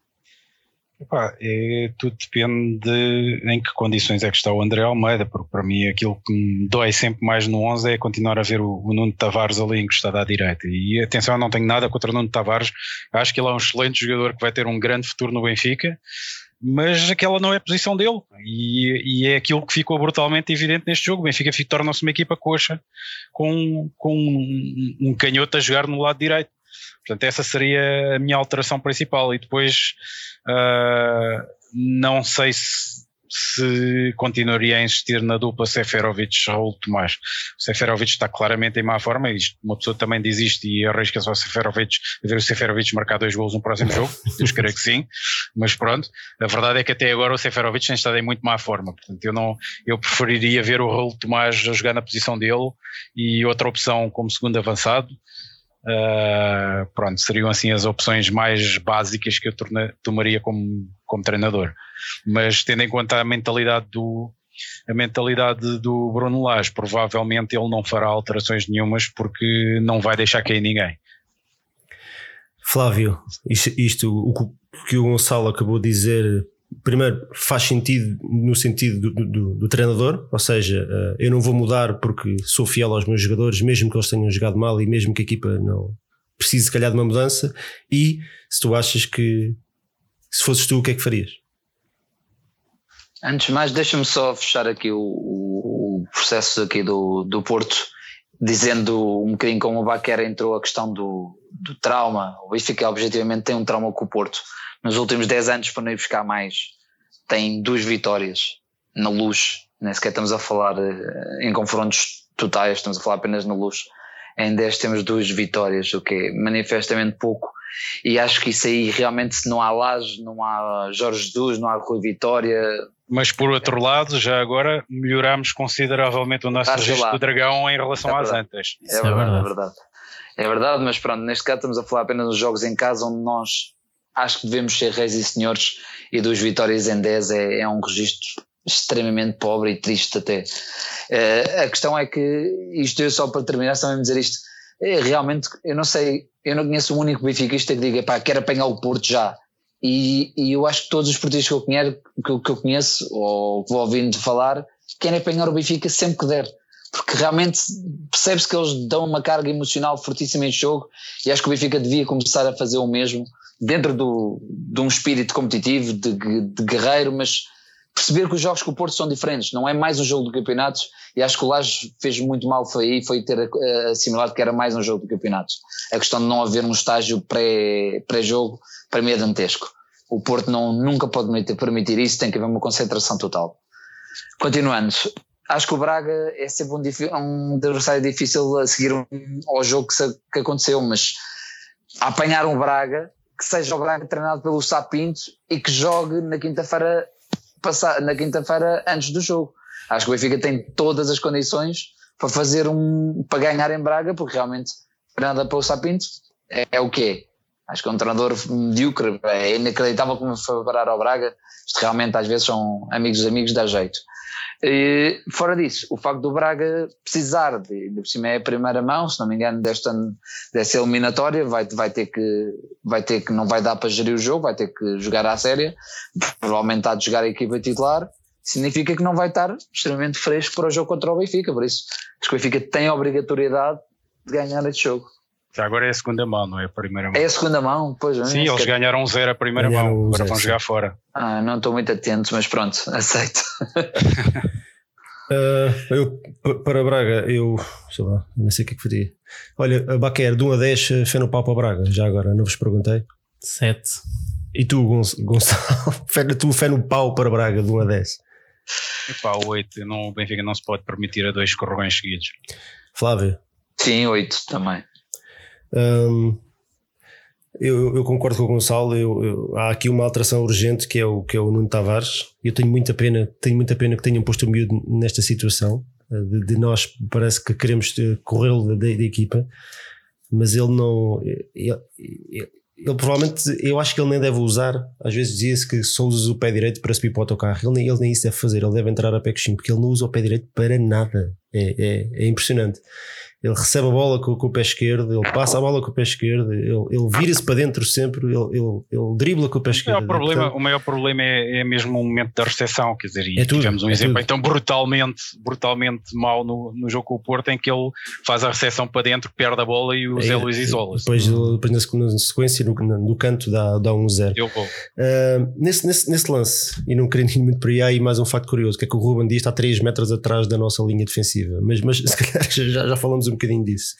Tudo depende em que condições é que está o André Almeida, porque para mim aquilo que me dói sempre mais no 11 é continuar a ver o Nuno Tavares ali encostado à direita. E atenção, eu não tenho nada contra o Nuno Tavares, acho que ele é um excelente jogador que vai ter um grande futuro no Benfica, mas aquela não é a posição dele e é aquilo que ficou brutalmente evidente neste jogo. O Benfica torna-se uma equipa coxa com um canhoto a jogar no lado direito. Portanto, essa seria a minha alteração principal. E depois não sei se continuaria a insistir na dupla Seferovic-Raul Tomás. O Seferovic está claramente em má forma, uma pessoa também diz isto e arrisca-se ao Seferovic a ver o Seferovic marcar 2 golos no próximo jogo. Deus queira que sim, mas pronto, a verdade é que até agora o Seferovic tem estado em muito má forma. Portanto, eu preferiria ver o Raul Tomás a jogar na posição dele e outra opção como segundo avançado. Pronto, seriam assim as opções mais básicas que eu tomaria como treinador, mas tendo em conta a mentalidade do Bruno Lage, provavelmente ele não fará alterações nenhumas porque não vai deixar cair ninguém. Flávio, o que o Gonçalo acabou de dizer, primeiro, faz sentido no sentido do treinador, ou seja, eu não vou mudar porque sou fiel aos meus jogadores, mesmo que eles tenham jogado mal e mesmo que a equipa não precise, se calhar, de uma mudança. E se tu achas que, se fosses tu, o que é que farias? Antes de mais, deixa-me só fechar aqui o processo aqui do Porto, dizendo um bocadinho como o Baquera entrou a questão do trauma. O Benfica objetivamente tem um trauma com o Porto. Nos últimos 10 anos, para não ir buscar mais, tem 2 vitórias na Luz. Nem sequer estamos a falar em confrontos totais, estamos a falar apenas na Luz. Em 10 temos 2 vitórias, o que é manifestamente pouco. E acho que isso aí realmente, se não há Lage, não há Jorge Jesus, não há Rui Vitória. Mas por outro lado, já agora melhorámos consideravelmente o nosso registro do Dragão em relação às antas. É verdade. É verdade, mas pronto, neste caso estamos a falar apenas dos jogos em casa, onde nós acho que devemos ser reis e senhores, e 2 vitórias em 10 é um registro extremamente pobre e triste até. A questão é que, isto eu só para terminar, só mesmo dizer isto, realmente eu não sei, eu não conheço um único benfiquista que diga, quero apanhar o Porto já, e eu acho que todos os portistas que eu conheço, ou que vou ouvindo falar, querem apanhar o Benfica sempre que der, porque realmente percebe-se que eles dão uma carga emocional fortíssima em jogo, e acho que o Benfica devia começar a fazer o mesmo, dentro de um espírito competitivo, de guerreiro, mas perceber que os jogos com o Porto são diferentes, não é mais um jogo de campeonatos, e acho que o Lage fez muito mal foi ter assimilado que era mais um jogo de campeonatos. A questão de não haver um estágio pré-jogo, para mim é dantesco. O Porto nunca pode permitir isso, tem que haver uma concentração total. Continuando, acho que o Braga é sempre um adversário difícil a seguir ao jogo que aconteceu, mas a apanhar um Braga, que seja o Braga treinado pelo Sá Pinto e que jogue na quinta-feira antes do jogo, Acho que o Benfica tem todas as condições para para ganhar em Braga, porque realmente Fernando Pousa Pinto é o que é. Acho que é um treinador medíocre, é inacreditável como foi parar ao Braga. Isto realmente às vezes são amigos dos amigos, dá jeito. E, fora disso, o facto do Braga precisar por cima é a primeira mão, se não me engano, desta eliminatória, vai ter que não vai dar para gerir o jogo, vai ter que jogar à séria, provavelmente há de jogar a equipa titular, significa que não vai estar extremamente fresco para o jogo contra o Benfica, por isso acho que o Benfica tem a obrigatoriedade de ganhar este jogo. Já agora é a segunda mão, não é a primeira mão. É a segunda mão, pois. Sim, eles ganharam 0 a primeira mão, agora vão jogar fora. Não estou muito atento, mas pronto, aceito. Eu, para Braga, sei lá, não sei o que é que faria. Olha, Baquer, de 1 a 10, fé no pau para Braga, já agora, não vos perguntei. 7. E tu, Gonçalo, fé no pau para Braga, de 1 a 10? Epá, 8, o Benfica não se pode permitir a 2 escorregões seguidos. Flávio? Sim, 8 também. Eu concordo com o Gonçalo. Há aqui uma alteração urgente que é o Nuno Tavares. Eu tenho muita pena que tenham posto o miúdo nesta situação de nós parece que queremos corrê-lo da equipa, mas ele não ele provavelmente, eu acho que ele nem deve usar. Às vezes dizia-se que só usa o pé direito para subir para o autocarro. Ele nem isso deve fazer, ele deve entrar a pé coxinho, porque ele não usa o pé direito para nada. É impressionante. Ele recebe a bola com o pé esquerdo, ele passa a bola com o pé esquerdo, ele vira-se para dentro sempre, ele dribla com o pé esquerdo. O maior problema é mesmo o momento da recepção, quer dizer, e tivemos um exemplo então brutalmente mau no jogo com o Porto, em que ele faz a recepção para dentro, perde a bola e o Zé Luís isola-se. Depois na sequência, no canto, dá 1-0. Nesse lance, e não querendo ir muito por aí, há aí mais um facto curioso, que é que o Ruben Dias está 3 metros atrás da nossa linha defensiva, mas se calhar já falamos um bocadinho disso.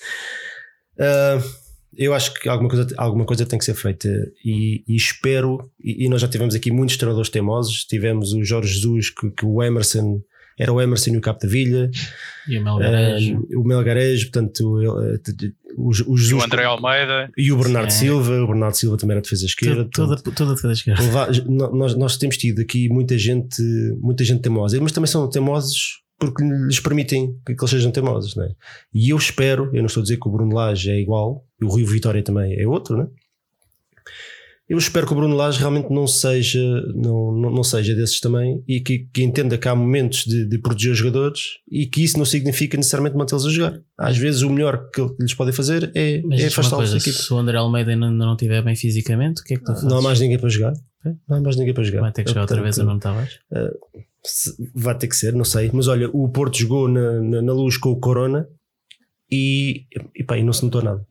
Eu acho que alguma coisa tem que ser feita e espero, e nós já tivemos aqui muitos treinadores teimosos. Tivemos o Jorge Jesus, que o Emerson era o Emerson e o Capdevila, e o Melgarejo, portanto o Jesus, o André Almeida e o Bernardo Silva. O Bernardo Silva também era defesa esquerda. Toda defesa esquerda. Nós temos tido aqui muita gente teimosa, mas também são teimosos porque lhes permitem que eles sejam teimosos, não é? E eu não estou a dizer que o Bruno Lage é igual, e o Rui Vitória também é outro, não é? Eu espero que o Bruno Lage realmente não seja desses também, e que entenda que há momentos de proteger os jogadores e que isso não significa necessariamente mantê-los a jogar. Às vezes o melhor que lhes podem fazer é afastá-los da equipe. Se o André Almeida ainda não estiver bem fisicamente, o que é que tu fazes? Não há mais ninguém para jogar. Vai ter que jogar outra vez a Nuno Tavares? Vai ter que ser, não sei. Mas olha, o Porto jogou na Luz com o Corona e não se notou nada.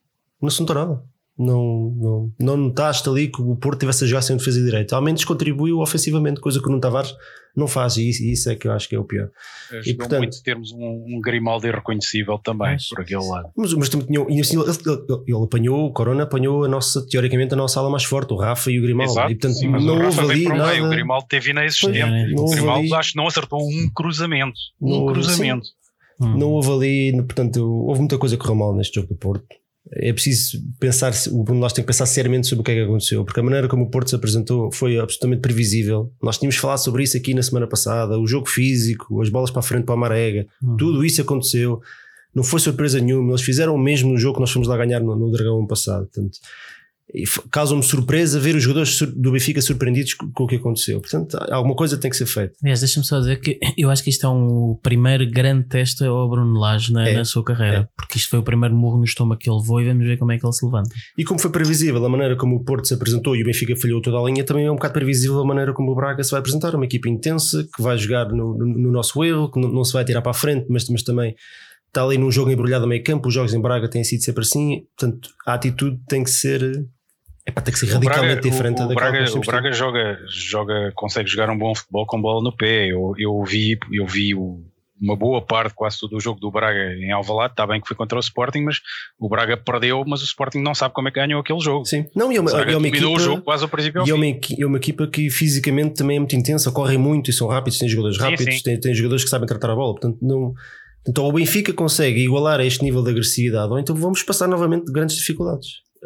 Não notaste ali que o Porto tivesse a jogar sem defesa direita. Ao menos contribuiu ofensivamente, coisa que o Nuno Tavares não faz, e isso é que eu acho que é o pior. E portanto, muito termos um Grimaldi irreconhecível também por aquele lado. Mas também ele apanhou, o Corona apanhou teoricamente a nossa ala mais forte, o Rafa e o Grimaldi. Exato, e portanto sim, mas não houve ali nada. O Grimaldi teve inexistente. O Grimaldi acho que não acertou um cruzamento. Não houve ali, portanto, houve muita coisa que correu mal neste jogo do Porto. É preciso pensar, o Bruno Lage tem que pensar seriamente sobre o que é que aconteceu, porque a maneira como o Porto se apresentou foi absolutamente previsível. Nós tínhamos falado sobre isso aqui na semana passada, o jogo físico, as bolas para a frente para a Marega, tudo isso aconteceu, não foi surpresa nenhuma. Eles fizeram o mesmo no jogo que nós fomos lá ganhar no Dragão ano passado. Portanto, causa-me surpresa ver os jogadores do Benfica surpreendidos com o que aconteceu. Portanto, alguma coisa tem que ser feita. Aliás, deixa-me só dizer que eu acho que isto é o primeiro grande teste ao Bruno Lage na sua carreira, porque isto foi o primeiro murro no estômago que ele levou, e vamos ver como é que ele se levanta. E como foi previsível a maneira como o Porto se apresentou e o Benfica falhou toda a linha, também é um bocado previsível a maneira como o Braga se vai apresentar. Uma equipa intensa que vai jogar no nosso erro, que não se vai tirar para a frente, mas também está ali num jogo embrulhado a meio campo. Os jogos em Braga têm sido sempre assim. Portanto, a atitude tem que ser radicalmente diferente da que o Braga consegue jogar um bom futebol com bola no pé. Eu vi uma boa parte, quase todo o jogo do Braga em Alvalade. Está bem que foi contra o Sporting, mas o Braga perdeu, mas o Sporting não sabe como é que ganhou aquele jogo. Sim. Não, e é uma equipa, o jogo quase ao princípio ao fim. É uma equipa que fisicamente também é muito intensa, correm muito e são rápidos, têm jogadores rápidos, têm jogadores que sabem tratar a bola. Portanto, então o Benfica consegue igualar a este nível de agressividade, ou então vamos passar novamente grandes dificuldades.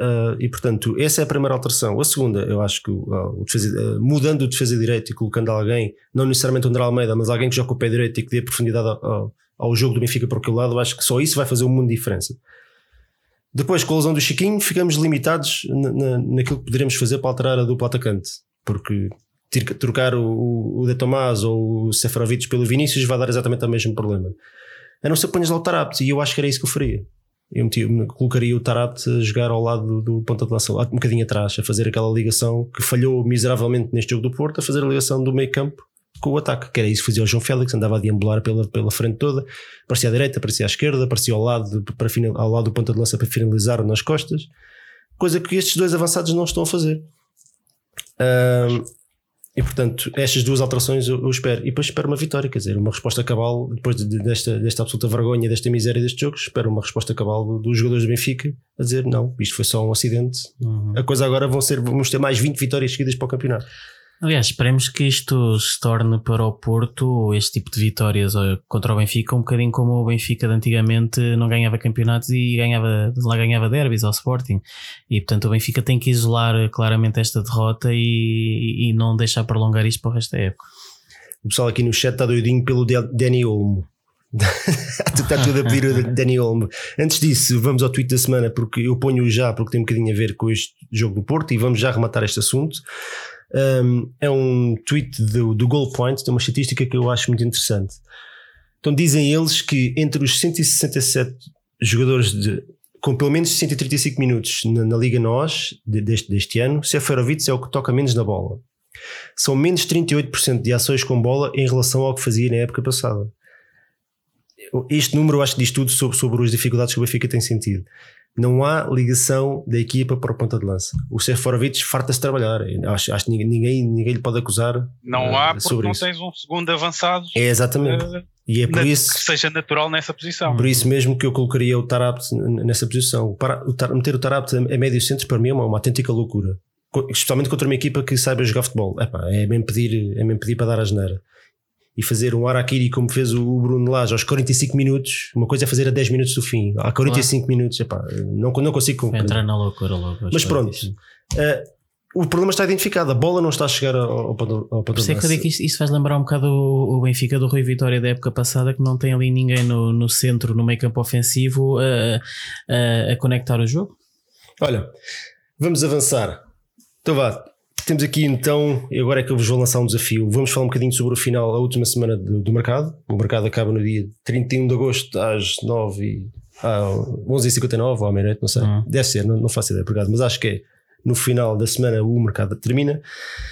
e portanto essa é a primeira alteração. A segunda, eu acho que mudando o defesa direito e colocando alguém, não necessariamente o André Almeida, mas alguém que joga com o pé direito e que dê profundidade ao jogo do Benfica por aquele lado, eu acho que só isso vai fazer um mundo de diferença. Depois, com a lesão do Chiquinho, ficamos limitados naquilo que poderemos fazer para alterar a dupla atacante, porque trocar o De Tomás ou o Seferovic pelo Vinícius vai dar exatamente o mesmo problema. A não ser que ponhas lá o Tarapte, e eu acho que era isso que eu faria. Eu colocaria o Tarapte a jogar ao lado do ponta de lança, um bocadinho atrás, a fazer aquela ligação que falhou miseravelmente neste jogo do Porto, a fazer a ligação do meio campo com o ataque, que era isso que fazia o João Félix, andava a deambular pela frente toda, aparecia à direita, aparecia à esquerda, aparecia ao lado do ponta de lança para finalizar nas costas, coisa que estes dois avançados não estão a fazer. E portanto estas duas alterações eu espero, e depois espero uma vitória, quer dizer, uma resposta cabal depois desta absoluta vergonha, desta miséria deste jogo. Espero uma resposta cabal dos jogadores do Benfica a dizer não, isto foi só um acidente. A coisa agora vamos ter mais 20 vitórias seguidas para o campeonato. Aliás, esperemos que isto se torne para o Porto, este tipo de vitórias contra o Benfica, um bocadinho como o Benfica de antigamente não ganhava campeonatos e ganhava derbys ao Sporting, e portanto o Benfica tem que isolar claramente esta derrota e não deixar prolongar isto para o resto da época. O pessoal aqui no chat está doidinho pelo Dani Olmo. Está tudo a pedir o Dani Olmo. Antes disso, vamos ao tweet da semana, porque eu ponho já, porque tem um bocadinho a ver com este jogo do Porto, e vamos já rematar este assunto. É um tweet do Goal Point, tem uma estatística que eu acho muito interessante. Então dizem eles que entre os 167 jogadores com pelo menos 135 minutos na Liga NOS deste ano, Seferovic é o que toca menos na bola. São menos 38% de ações com bola em relação ao que fazia na época passada. Este número eu acho que diz tudo sobre as dificuldades que o Benfica tem sentido. Não há ligação da equipa para o ponta de lança. O Seferovic farta-se de trabalhar. Acho que ninguém lhe pode acusar. Não há, porque não isso. Tens um segundo avançado. É exatamente. E é por isso que seja natural nessa posição. Por isso mesmo que eu colocaria o Tarapte nessa posição. Meter o Tarapte a médio centro para mim é uma autêntica loucura. Especialmente contra uma equipa que saiba jogar futebol. É mesmo pedir para dar a asneira. E fazer um harakiri como fez o Bruno Lage aos 45 minutos, uma coisa é fazer a 10 minutos do fim, a 45 minutos, não consigo compreender. Entrar na loucura logo. Mas pronto, o problema está identificado, a bola não está a chegar ao ponto de lança. Eu digo que isso faz lembrar um bocado o Benfica do Rui Vitória da época passada, que não tem ali ninguém no centro, no meio campo ofensivo a conectar o jogo. Olha, vamos avançar. Então vá. Temos aqui então, e agora é que eu vos vou lançar um desafio. Vamos falar um bocadinho sobre o final, a última semana do mercado. O mercado acaba no dia 31 de agosto às 11h59 ou à meia-noite, não sei. Deve ser, não faço ideia, obrigado, mas acho que é no final da semana o mercado termina.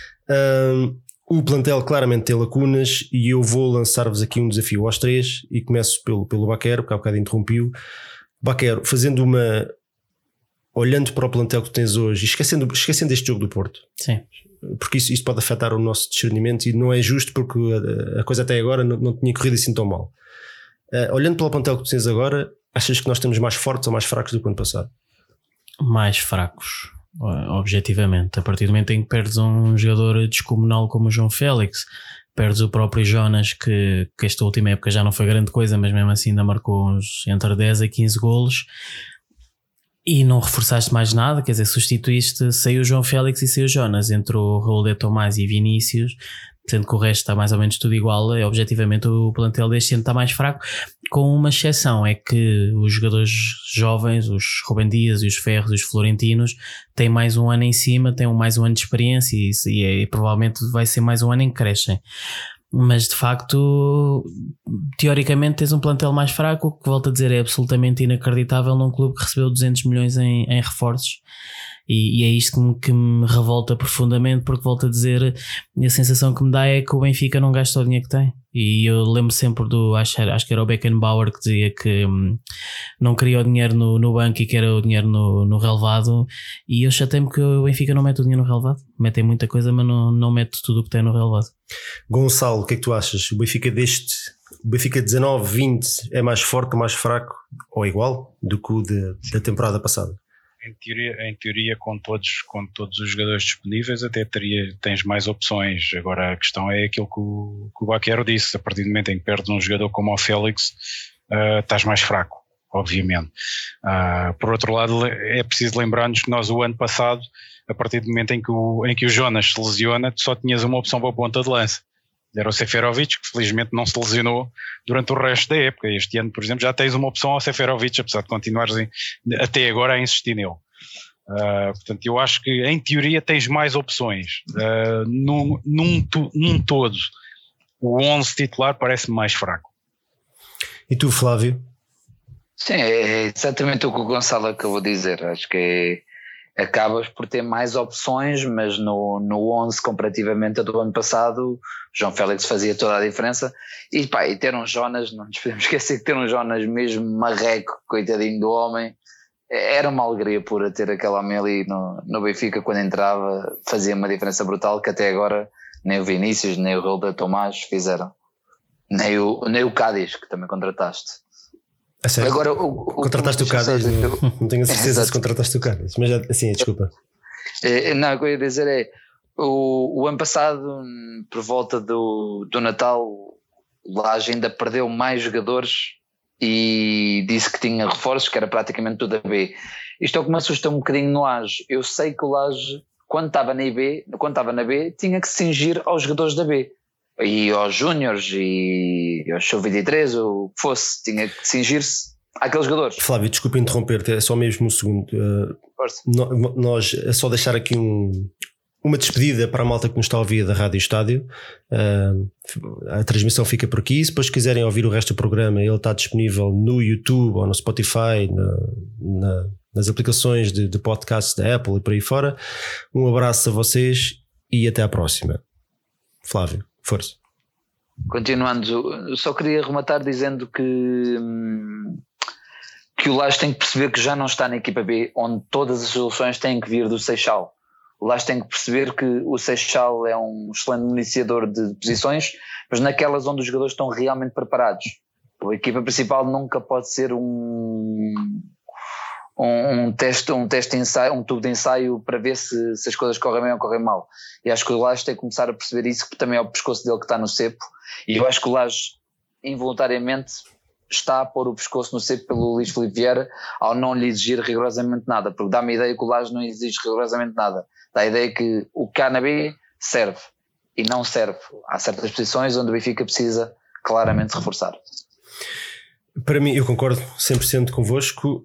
O plantel claramente tem lacunas e eu vou lançar-vos aqui um desafio aos três e começo pelo Baquero, que há bocado interrompiu. Baquero, olhando para o plantel que tens hoje e esquecendo este jogo do Porto. Sim. Porque isto pode afetar o nosso discernimento e não é justo, porque a coisa até agora não tinha corrido assim tão mal. Olhando para o plantel que tens agora, achas que nós estamos mais fortes ou mais fracos do que o ano passado? Mais fracos, objetivamente. A partir do momento em que perdes um jogador descomunal como o João Félix, perdes o próprio Jonas, que esta última época já não foi grande coisa, mas mesmo assim ainda marcou entre 10 a 15 golos. E não reforçaste mais nada, quer dizer, substituíste, saiu o João Félix e saiu o Jonas, entre o Raul de Tomás e Vinícius, sendo que o resto está mais ou menos tudo igual. Objetivamente o plantel deste ano está mais fraco, com uma exceção, é que os jogadores jovens, os Rubem Dias e os Ferros e os Florentinos, têm mais um ano em cima, têm mais um ano de experiência e provavelmente vai ser mais um ano em que crescem. Mas de facto, teoricamente tens um plantel mais fraco, o que volto a dizer é absolutamente inacreditável num clube que recebeu 200 milhões em reforços. E é isto que me revolta profundamente, porque volto a dizer, a sensação que me dá é que o Benfica não gasta o dinheiro que tem. E eu lembro sempre acho que era o Beckenbauer que dizia que não queria o dinheiro no banco e que era o dinheiro no relevado, e eu chatei-me que o Benfica não mete o dinheiro no relevado. Metem muita coisa, mas não mete tudo o que tem no relevado. Gonçalo, o que é que tu achas? O Benfica 19-20 é mais forte ou mais fraco ou igual do que o da temporada passada? Em teoria com todos os jogadores disponíveis até tens mais opções. Agora a questão é aquilo que o Baquero disse: a partir do momento em que perdes um jogador como o Félix, estás mais fraco. obviamente. Por outro lado, é preciso lembrar-nos que nós o ano passado, a partir do momento em que o Jonas se lesiona, tu só tinhas uma opção para a ponta de lança. Era o Seferovic, que felizmente não se lesionou durante o resto da época. Este ano, por exemplo, já tens uma opção ao Seferovic, apesar de continuares até agora a insistir nele. Portanto, eu acho que em teoria tens mais opções. Num todo, o 11 titular parece-me mais fraco. E tu, Flávio? Sim, é exatamente o que o Gonçalo acabou de dizer. Acho que acabas por ter mais opções, mas no 11 comparativamente ao do ano passado, João Félix fazia toda a diferença. E ter um Jonas, não nos podemos esquecer que ter um Jonas mesmo marreco, coitadinho do homem, era uma alegria pura ter aquele homem ali no Benfica. Quando entrava fazia uma diferença brutal que até agora nem o Vinícius, nem o Rilda Tomás fizeram, nem o Cádiz, que também contrataste. Agora, contrataste o Cádiz? Não tenho a certeza se contrataste o Cádiz, mas assim, desculpa. Não, o que eu ia dizer é o ano passado, por volta do Natal, o Lage ainda perdeu mais jogadores e disse que tinha reforços, que era praticamente tudo a B. Isto é o que me assusta um bocadinho no Lage. Eu sei que o Lage, quando estava na B, tinha que se cingir aos jogadores da B. E aos Júniores e aos Sub-23, ou o que fosse, tinha que cingir-se àqueles jogadores. Flávio, desculpa interromper-te, é só mesmo um segundo. Nós, é só deixar aqui uma despedida para a malta que nos está a ouvir da Rádio Estádio. A transmissão fica por aqui. Se depois quiserem ouvir o resto do programa, ele está disponível no YouTube ou no Spotify, nas aplicações de podcast da Apple e por aí fora. Um abraço a vocês e até à próxima. Flávio, força. Continuando, só queria rematar dizendo que o Lage tem que perceber que já não está na equipa B, onde todas as soluções têm que vir do Seixal. O Lage tem que perceber que o Seixal é um excelente municiador de posições, mas naquelas onde os jogadores estão realmente preparados. A equipa principal nunca pode ser um teste de ensaio, um tubo de ensaio para ver se as coisas correm bem ou correm mal. E acho que o Lage tem que começar a perceber isso, que também é o pescoço dele que está no cepo. E eu acho que o Lage involuntariamente está a pôr o pescoço no cepo pelo Luís Filipe Vieira ao não lhe exigir rigorosamente nada, porque dá-me a ideia que o Lage não exige rigorosamente nada. Dá a ideia que o K na B serve e não serve. Há certas posições onde o Benfica precisa claramente reforçar. Para mim, eu concordo 100% convosco.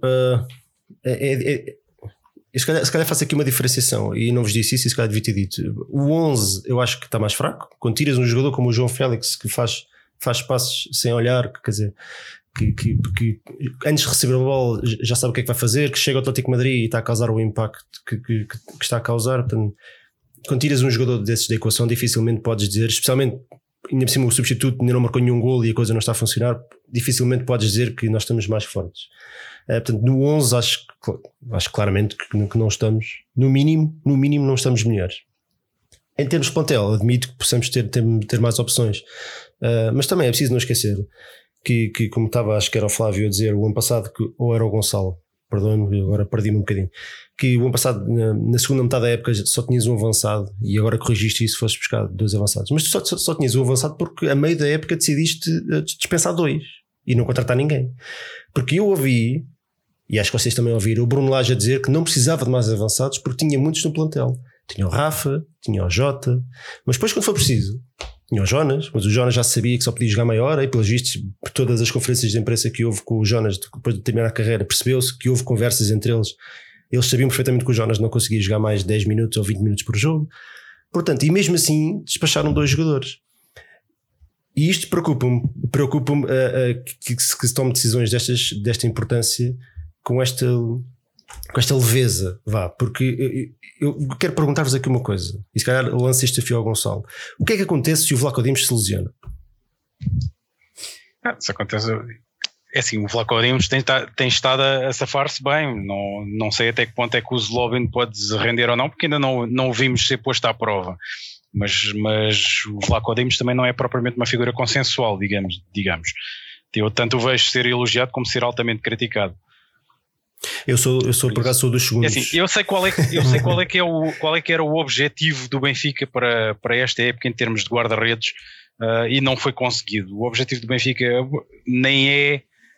Se calhar faço aqui uma diferenciação e não vos disse isso e se calhar devia ter dito. O 11 eu acho que está mais fraco. Quando tiras um jogador como o João Félix que faz passos sem olhar, quer dizer, que antes de receber a bola já sabe o que é que vai fazer, que chega ao Atlético de Madrid e está a causar o impacto que está a causar. Portanto, quando tiras um jogador desses da equação, dificilmente podes dizer, especialmente ainda por cima o substituto ainda não marcou nenhum golo e a coisa não está a funcionar, dificilmente podes dizer que nós estamos mais fortes. Portanto, no 11 acho claramente que não estamos, no mínimo não estamos melhores. Em termos de plantel, admito que possamos ter mais opções, mas também é preciso não esquecer que como estava, acho que era o Flávio a dizer o ano passado, ou era o Gonçalo, perdoe-me, agora perdi-me um bocadinho, que o ano passado na segunda metade da época só tinhas um avançado e agora corrigiste isso, fosses buscar 2 avançados, mas tu só tinhas um avançado porque a meio da época decidiste dispensar 2 e não contratar ninguém, porque eu ouvi, e acho que vocês também ouviram, o Bruno Lage a dizer que não precisava de mais avançados porque tinha muitos no plantel. Tinha o Rafa, tinha o Jota, mas depois quando foi preciso tinha o Jonas, mas o Jonas já sabia que só podia jogar meia hora e pelos vistos por todas as conferências de imprensa que houve com o Jonas depois de terminar a carreira percebeu-se que houve conversas entre eles sabiam perfeitamente que o Jonas não conseguia jogar mais 10 minutos ou 20 minutos por jogo, portanto, e mesmo assim despacharam 2 jogadores. E isto preocupa-me que se tome decisões desta importância com esta leveza, porque eu quero perguntar-vos aqui uma coisa, e se calhar lanço este desafio ao Gonçalo. O que é que acontece se o Vlaco Dimos se lesiona? Isso acontece, é assim, o Vlaco Dimos tem estado a safar-se bem, não sei até que ponto é que o Zlobin pode render ou não, porque ainda não o vimos ser posto à prova, mas o Vlaco Dimos também não é propriamente uma figura consensual, digamos. Eu tanto o vejo ser elogiado como ser altamente criticado. Eu sou por acaso sou dos segundos. É assim, eu sei qual é que era o objetivo do Benfica para esta época em termos de guarda-redes, e não foi conseguido. O objetivo do Benfica nem é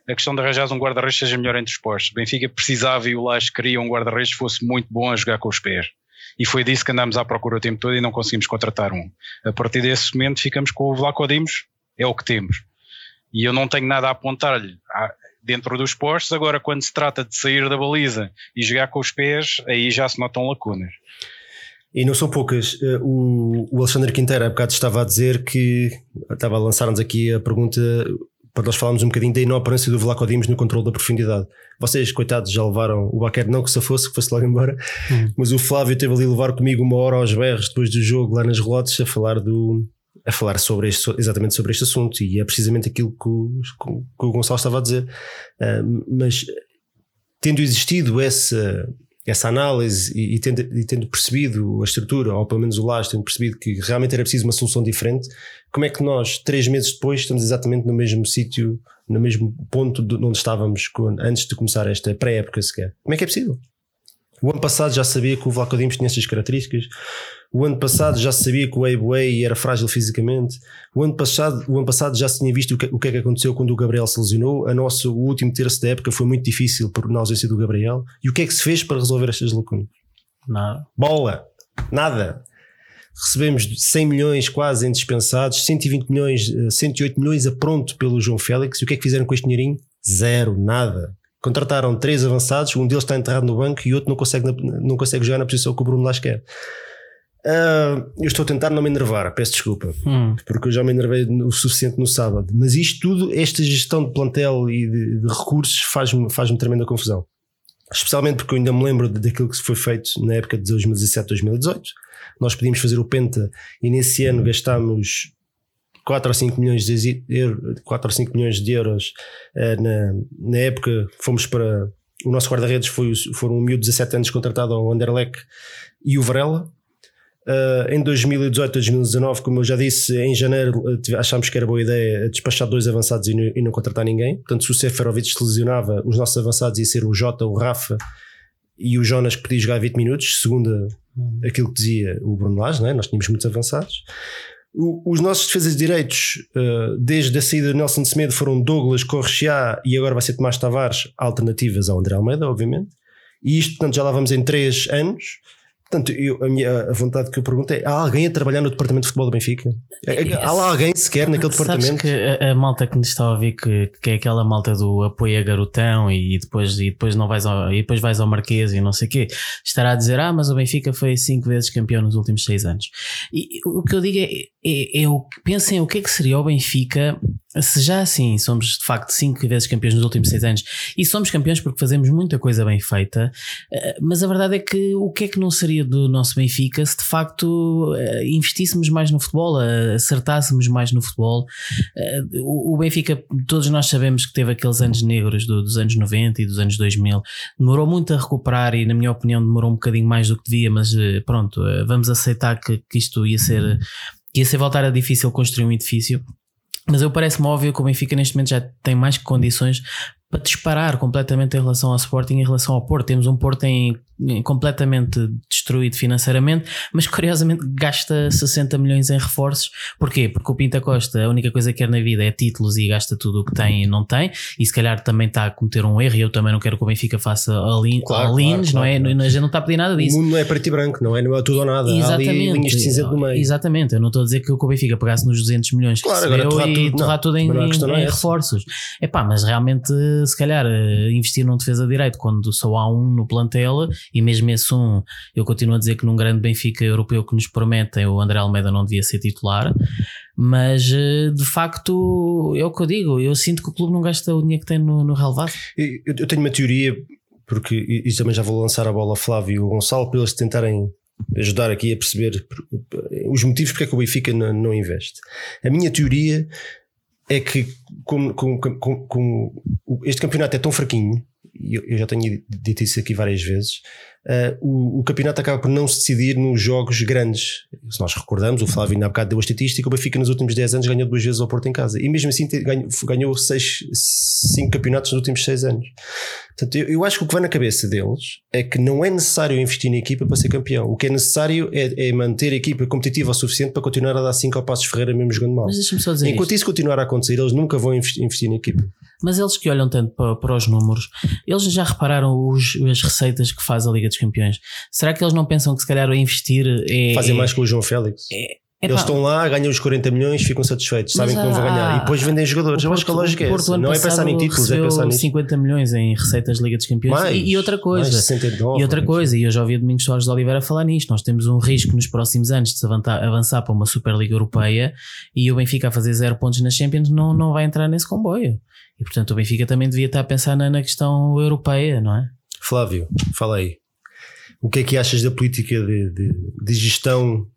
a questão de arranjar um guarda-redes seja melhor entre os postos. O Benfica precisava e o Lage queria um guarda-redes que fosse muito bom a jogar com os pés. E foi disso que andámos à procura o tempo todo e não conseguimos contratar um. A partir desse momento ficamos com o Vlaco Dimos, é o que temos. E eu não tenho nada a apontar-lhe dentro dos postos. Agora, quando se trata de sair da baliza e jogar com os pés, aí já se notam lacunas. E não são poucas. O Alexandre Quinteiro há bocado estava a dizer que estava a lançar-nos aqui a pergunta para nós falarmos um bocadinho da inoperância do Vlaco Dimos no controle da profundidade. Vocês, coitados, já levaram o Baquer, não que se fosse logo embora, mas o Flávio teve ali a levar comigo 1 hora aos berros depois do jogo lá nas relotes a falar sobre exatamente sobre este assunto, e é precisamente aquilo que o Gonçalo estava a dizer. Mas tendo existido essa análise e tendo percebido a estrutura, ou pelo menos o Lage tendo percebido que realmente era preciso uma solução diferente, como é que nós 3 meses depois estamos exatamente no mesmo sítio, no mesmo ponto onde estávamos antes de começar esta pré-época sequer? Como é que é possível? O ano passado já sabia que o Vlaco Dimos tinha estas características. O ano passado já sabia que o Eibuei era frágil fisicamente. O ano passado já se tinha visto o que é que aconteceu quando o Gabriel se lesionou. O último terço da época foi muito difícil na ausência do Gabriel. E o que é que se fez para resolver estas lacunas? Nada. Bola! Nada! Recebemos 100 milhões quase em dispensados, 120 milhões, 108 milhões a pronto pelo João Félix. E o que é que fizeram com este dinheirinho? Zero, nada. Contrataram 3 avançados, um deles está enterrado no banco e outro não consegue jogar na posição que o Bruno Lage quer. Eu estou a tentar não me enervar, peço desculpa, porque eu já me enervei o suficiente no sábado, mas isto tudo, esta gestão de plantel e de recursos faz-me tremenda confusão, especialmente porque eu ainda me lembro daquilo que foi feito na época de 2017-2018. Nós podíamos fazer o Penta e nesse ano gastámos 4 ou 5 milhões de euros. Na época fomos para o nosso guarda-redes, foram um miúdo de 17 anos contratado ao Anderlecht e o Varela. Em 2018-2019, como eu já disse, em janeiro achámos que era boa ideia despachar 2 avançados e não contratar ninguém. Portanto, se o Seferovic se lesionava, os nossos avançados ia ser o Jota, o Rafa e o Jonas, que podia jogar 20 minutos, segundo aquilo que dizia o Bruno Lage, não é? Nós tínhamos muitos avançados. Os nossos defesas de direitos, desde a saída de Nelson Semedo, foram Douglas, Correia e agora vai ser Tomás Tavares, alternativas ao André Almeida, obviamente. E isto, portanto, já lá vamos em 3 anos. Portanto, a vontade que eu pergunto é: há alguém a trabalhar no departamento de futebol do Benfica? Há lá alguém sequer naquele departamento? Sabes que a malta que nos está a ouvir, que é aquela malta do apoio a garotão e depois não vais e depois vais ao Marquês e não sei o quê, estará a dizer: mas o Benfica foi 5 vezes campeão nos últimos 6 anos. E o que eu digo pensem o que é que seria o Benfica se já assim somos de facto 5 vezes campeões nos últimos 6 anos, e somos campeões porque fazemos muita coisa bem feita, mas a verdade é que o que é que não seria do nosso Benfica se de facto investíssemos mais no futebol, acertássemos mais no futebol. O Benfica, todos nós sabemos que teve aqueles anos negros dos anos 90 e dos anos 2000, demorou muito a recuperar e na minha opinião demorou um bocadinho mais do que devia, mas pronto, vamos aceitar que isto ia ser voltar a difícil construir um edifício. Mas parece-me óbvio que o Benfica neste momento já tem mais condições para disparar completamente em relação ao Sporting, em relação ao Porto. Temos um Porto completamente destruído financeiramente, mas curiosamente gasta 60 milhões em reforços. Porquê? Porque o Pinta Costa, a única coisa que quer na vida é títulos e gasta tudo o que tem e não tem, e se calhar também está a cometer um erro, e eu também não quero que o Benfica faça all-ins, não é? A gente não está a pedir nada disso. O mundo não é preto e branco, não é tudo ou nada. Exatamente. Há ali linhas de cinzento no meio. Exatamente, eu não estou a dizer que o Benfica pegasse nos 200 milhões que recebeu e torrar tudo em reforços. Mas realmente se calhar investir num defesa de direito quando só há um no plantel, e mesmo esse eu continuo a dizer que num grande Benfica europeu que nos prometem, o André Almeida não devia ser titular, mas de facto é o que eu digo, eu sinto que o clube não gasta o dinheiro que tem no relevado. Eu tenho uma teoria, porque isso também já vou lançar a bola a Flávio e o Gonçalo para eles tentarem ajudar aqui a perceber os motivos porque é que o Benfica não investe. A minha teoria é que como este campeonato é tão fraquinho, e eu já tenho dito isso aqui várias vezes, o campeonato acaba por não se decidir nos jogos grandes. Se nós recordamos, o Flávio ainda há bocado deu a estatística, o Benfica nos últimos 10 anos ganhou 2 vezes ao Porto em casa, e mesmo assim ganhou 5 campeonatos nos últimos 6 anos. Portanto, eu acho que o que vai na cabeça deles é que não é necessário investir na equipa para ser campeão. O que é necessário é manter a equipa competitiva o suficiente para continuar a dar 5 ao Passos Ferreira mesmo jogando mal. Mas deixa-me só dizer enquanto isso continuar a acontecer, eles nunca vão investir na equipa. Mas eles que olham tanto para os números, eles já repararam as receitas que faz a Liga dos Campeões? Será que eles não pensam que se calhar investir fazem mais com o João Félix? Eles estão lá, ganham os 40 milhões, ficam satisfeitos, sabem que não vão ganhar e depois vendem jogadores. Eu acho que a lógica é essa. Não é pensar em títulos, é pensar nisso. 50 milhões em receitas da Liga dos Campeões. E outra coisa, 69, e eu já ouvi o Domingos Soares de Oliveira falar nisto. Nós temos um risco nos próximos anos de se avançar para uma Superliga Europeia e o Benfica a fazer 0 pontos na Champions não vai entrar nesse comboio. E portanto o Benfica também devia estar a pensar na questão europeia, não é? Flávio, fala aí. O que é que achas da política de gestão?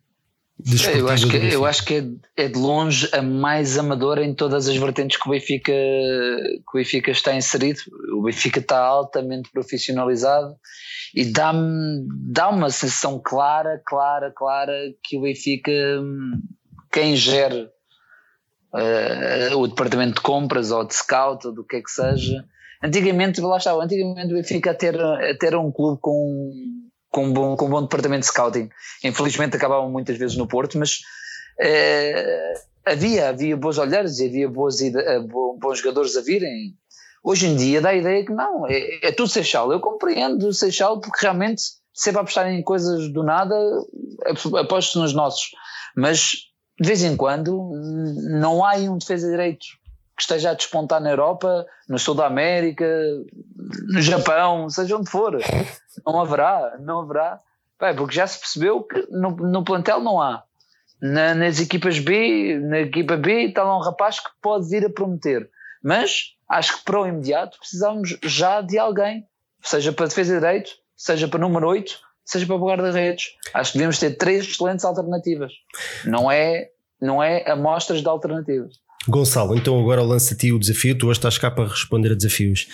Eu acho que é de longe a mais amadora em todas as vertentes que o Benfica está inserido. O Benfica está altamente profissionalizado e dá uma sensação clara que o Benfica, quem gere o departamento de compras ou de scout ou do que é que seja, antigamente o Benfica até era um clube com um bom departamento de scouting. Infelizmente acabavam muitas vezes no Porto, mas havia bons olhares e havia bons jogadores a virem. Hoje em dia dá a ideia que não, é tudo Seixal. Eu compreendo o Seixal porque realmente sempre a apostar em coisas do nada, aposto nos nossos, mas de vez em quando não há aí um defesa de direito que esteja a despontar na Europa, no sul da América, no Japão, seja onde for. Não haverá. Porque já se percebeu que no plantel não há. Nas equipas B, na equipa B está lá um rapaz que pode vir a prometer. Mas acho que para o imediato precisamos já de alguém, seja para defesa de direito, seja para número 8, seja para o guarda-redes. Acho que devemos ter 3 excelentes alternativas. Não é amostras de alternativas. Gonçalo, então agora lança a ti o desafio. Tu hoje estás cá para responder a desafios.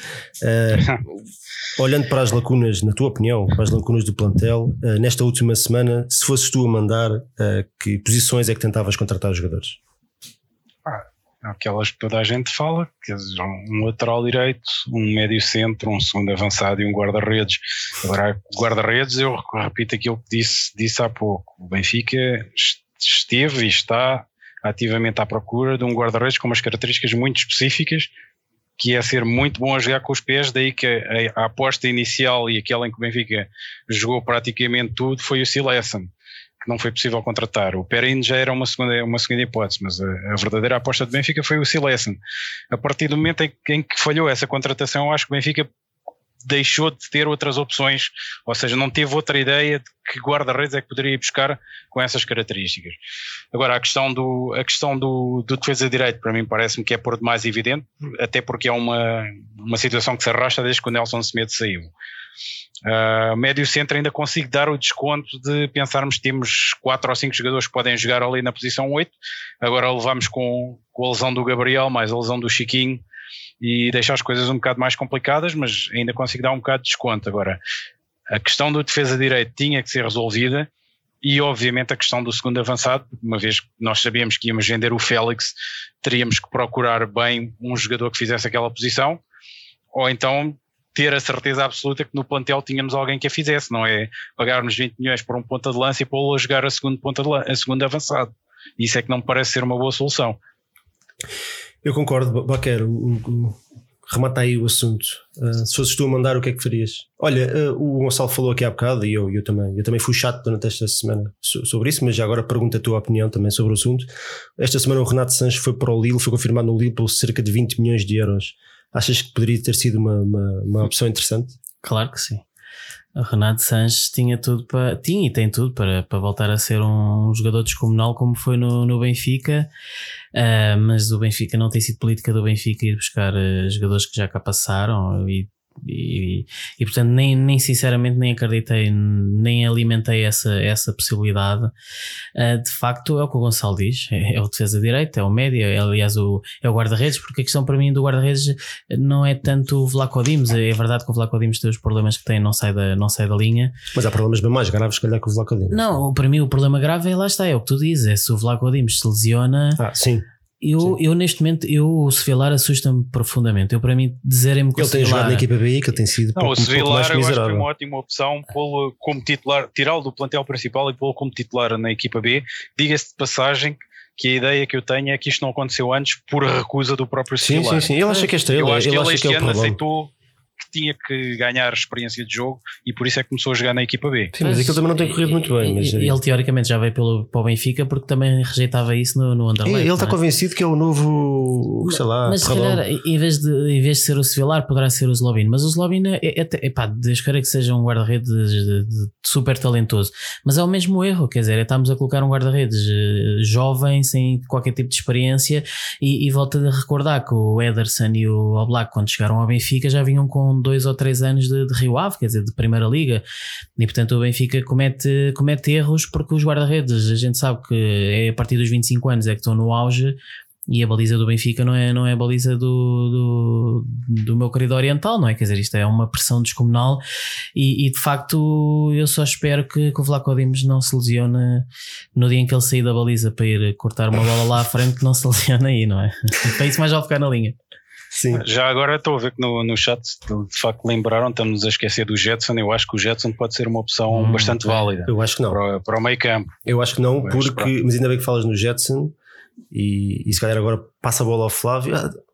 Olhando para as lacunas, na tua opinião, para as lacunas do plantel, nesta última semana, se fosses tu a mandar, que posições é que tentavas contratar os jogadores? Aquelas que toda a gente fala, que é um lateral direito, um médio centro, um segundo avançado e um guarda-redes. Agora, guarda-redes, eu repito aquilo que disse há pouco. O Benfica esteve e está ativamente à procura de um guarda-redes com umas características muito específicas, que é ser muito bom a jogar com os pés. Daí que a aposta inicial e aquela em que o Benfica jogou praticamente tudo foi o Silesen, que não foi possível contratar. O Pereira já era uma segunda hipótese, mas a verdadeira aposta do Benfica foi o Silesen. A partir do momento em que falhou essa contratação, eu acho que o Benfica deixou de ter outras opções, ou seja, não teve outra ideia de que guarda-redes é que poderia ir buscar com essas características. Agora, a questão do defesa de direito, para mim parece-me que é por demais evidente, até porque é uma situação que se arrasta desde que o Nelson Semedo saiu. Médio centro ainda consigo dar o desconto de pensarmos que temos 4 ou 5 jogadores que podem jogar ali na posição 8, agora levamos com a lesão do Gabriel, mais a lesão do Chiquinho, e deixar as coisas um bocado mais complicadas, mas ainda consigo dar um bocado de desconto. Agora, a questão do defesa de direito tinha que ser resolvida e obviamente a questão do segundo avançado, uma vez que nós sabíamos que íamos vender o Félix, teríamos que procurar bem um jogador que fizesse aquela posição, ou então ter a certeza absoluta que no plantel tínhamos alguém que a fizesse, não é pagarmos 20 milhões por um ponta de lança e pô-lo a jogar a segundo avançado. Isso é que não me parece ser uma boa solução. Eu concordo, Baquero, remata aí o assunto. Se fosses tu a mandar, o que é que farias? Olha, o Gonçalo falou aqui há bocado e eu também fui chato durante esta semana sobre isso, mas já agora pergunto a tua opinião também sobre o assunto. Esta semana o Renato Sanches foi para o Lille, foi confirmado no Lille por cerca de 20 milhões de euros. Achas que poderia ter sido uma opção interessante? Claro que sim. O Renato Sanches tinha e tem tudo para voltar a ser um jogador descomunal como foi no Benfica, mas o Benfica não tem sido política do Benfica ir buscar jogadores que já cá passaram e portanto nem sinceramente nem acreditei, nem alimentei essa possibilidade. De facto é o que o Gonçalo diz, é o defesa de direito, é o médio, aliás é o guarda-redes, porque a questão para mim do guarda-redes não é tanto o Vlaco Dimos. É verdade que o Vlaco Dimos tem os problemas que tem, não sai da linha, mas há problemas bem mais graves se calhar que o Vlaco Dimos. Não, para mim o problema grave lá está, é o que tu dizes, é se o Vlaco Dimos se lesiona. Sim. Eu neste momento, o Sevillar assusta-me profundamente. Eu, para mim, dizerem-me que ele tem jogado na equipa BI, que ele tem sido o Sevillar, eu acho que foi uma ótima opção pô-lo como titular, tirá-lo do plantel principal e pô-lo como titular na equipa B. Diga-se de passagem que a ideia que eu tenho é que isto não aconteceu antes por recusa do próprio Svilar. Sim, ele acha que é estrela. Eu acho que ele este ano aceitou que tinha que ganhar experiência de jogo e por isso é que começou a jogar na equipa B. Sim, mas aquilo também não tem corrido muito bem. Mas ele teoricamente já veio para o Benfica porque também rejeitava isso no Anderlecht. Ele está convencido que é o novo, sei lá. Mas se calhar, em vez de ser o Svilar, poderá ser o Zlobin. Mas o Zlobin Deus queira que seja um guarda-redes de super talentoso. Mas é o mesmo erro, quer dizer, estamos a colocar um guarda-redes jovem, sem qualquer tipo de experiência, e volto a recordar que o Ederson e o Oblak, quando chegaram ao Benfica, já vinham com 2 ou 3 anos de Rio Ave, quer dizer, de Primeira Liga, e portanto o Benfica comete erros porque os guarda-redes, a gente sabe que é a partir dos 25 anos é que estão no auge, e a baliza do Benfica não é a baliza do meu querido Oriental, não é? Quer dizer, isto é uma pressão descomunal, e de facto eu só espero que o Vlaco Dimos não se lesione no dia em que ele sair da baliza para ir cortar uma bola lá à frente, que não se lesione aí, não é? Para isso mais vale ficar na linha. Sim. Já agora estou a ver que no chat de facto lembraram, estamos a esquecer do Jetson. Eu acho que o Jetson pode ser uma opção bastante válida. Eu acho que não. Para o meio campo. Eu acho que não, mas ainda bem que falas no Jetson, e se calhar agora passa a bola ao Flávio.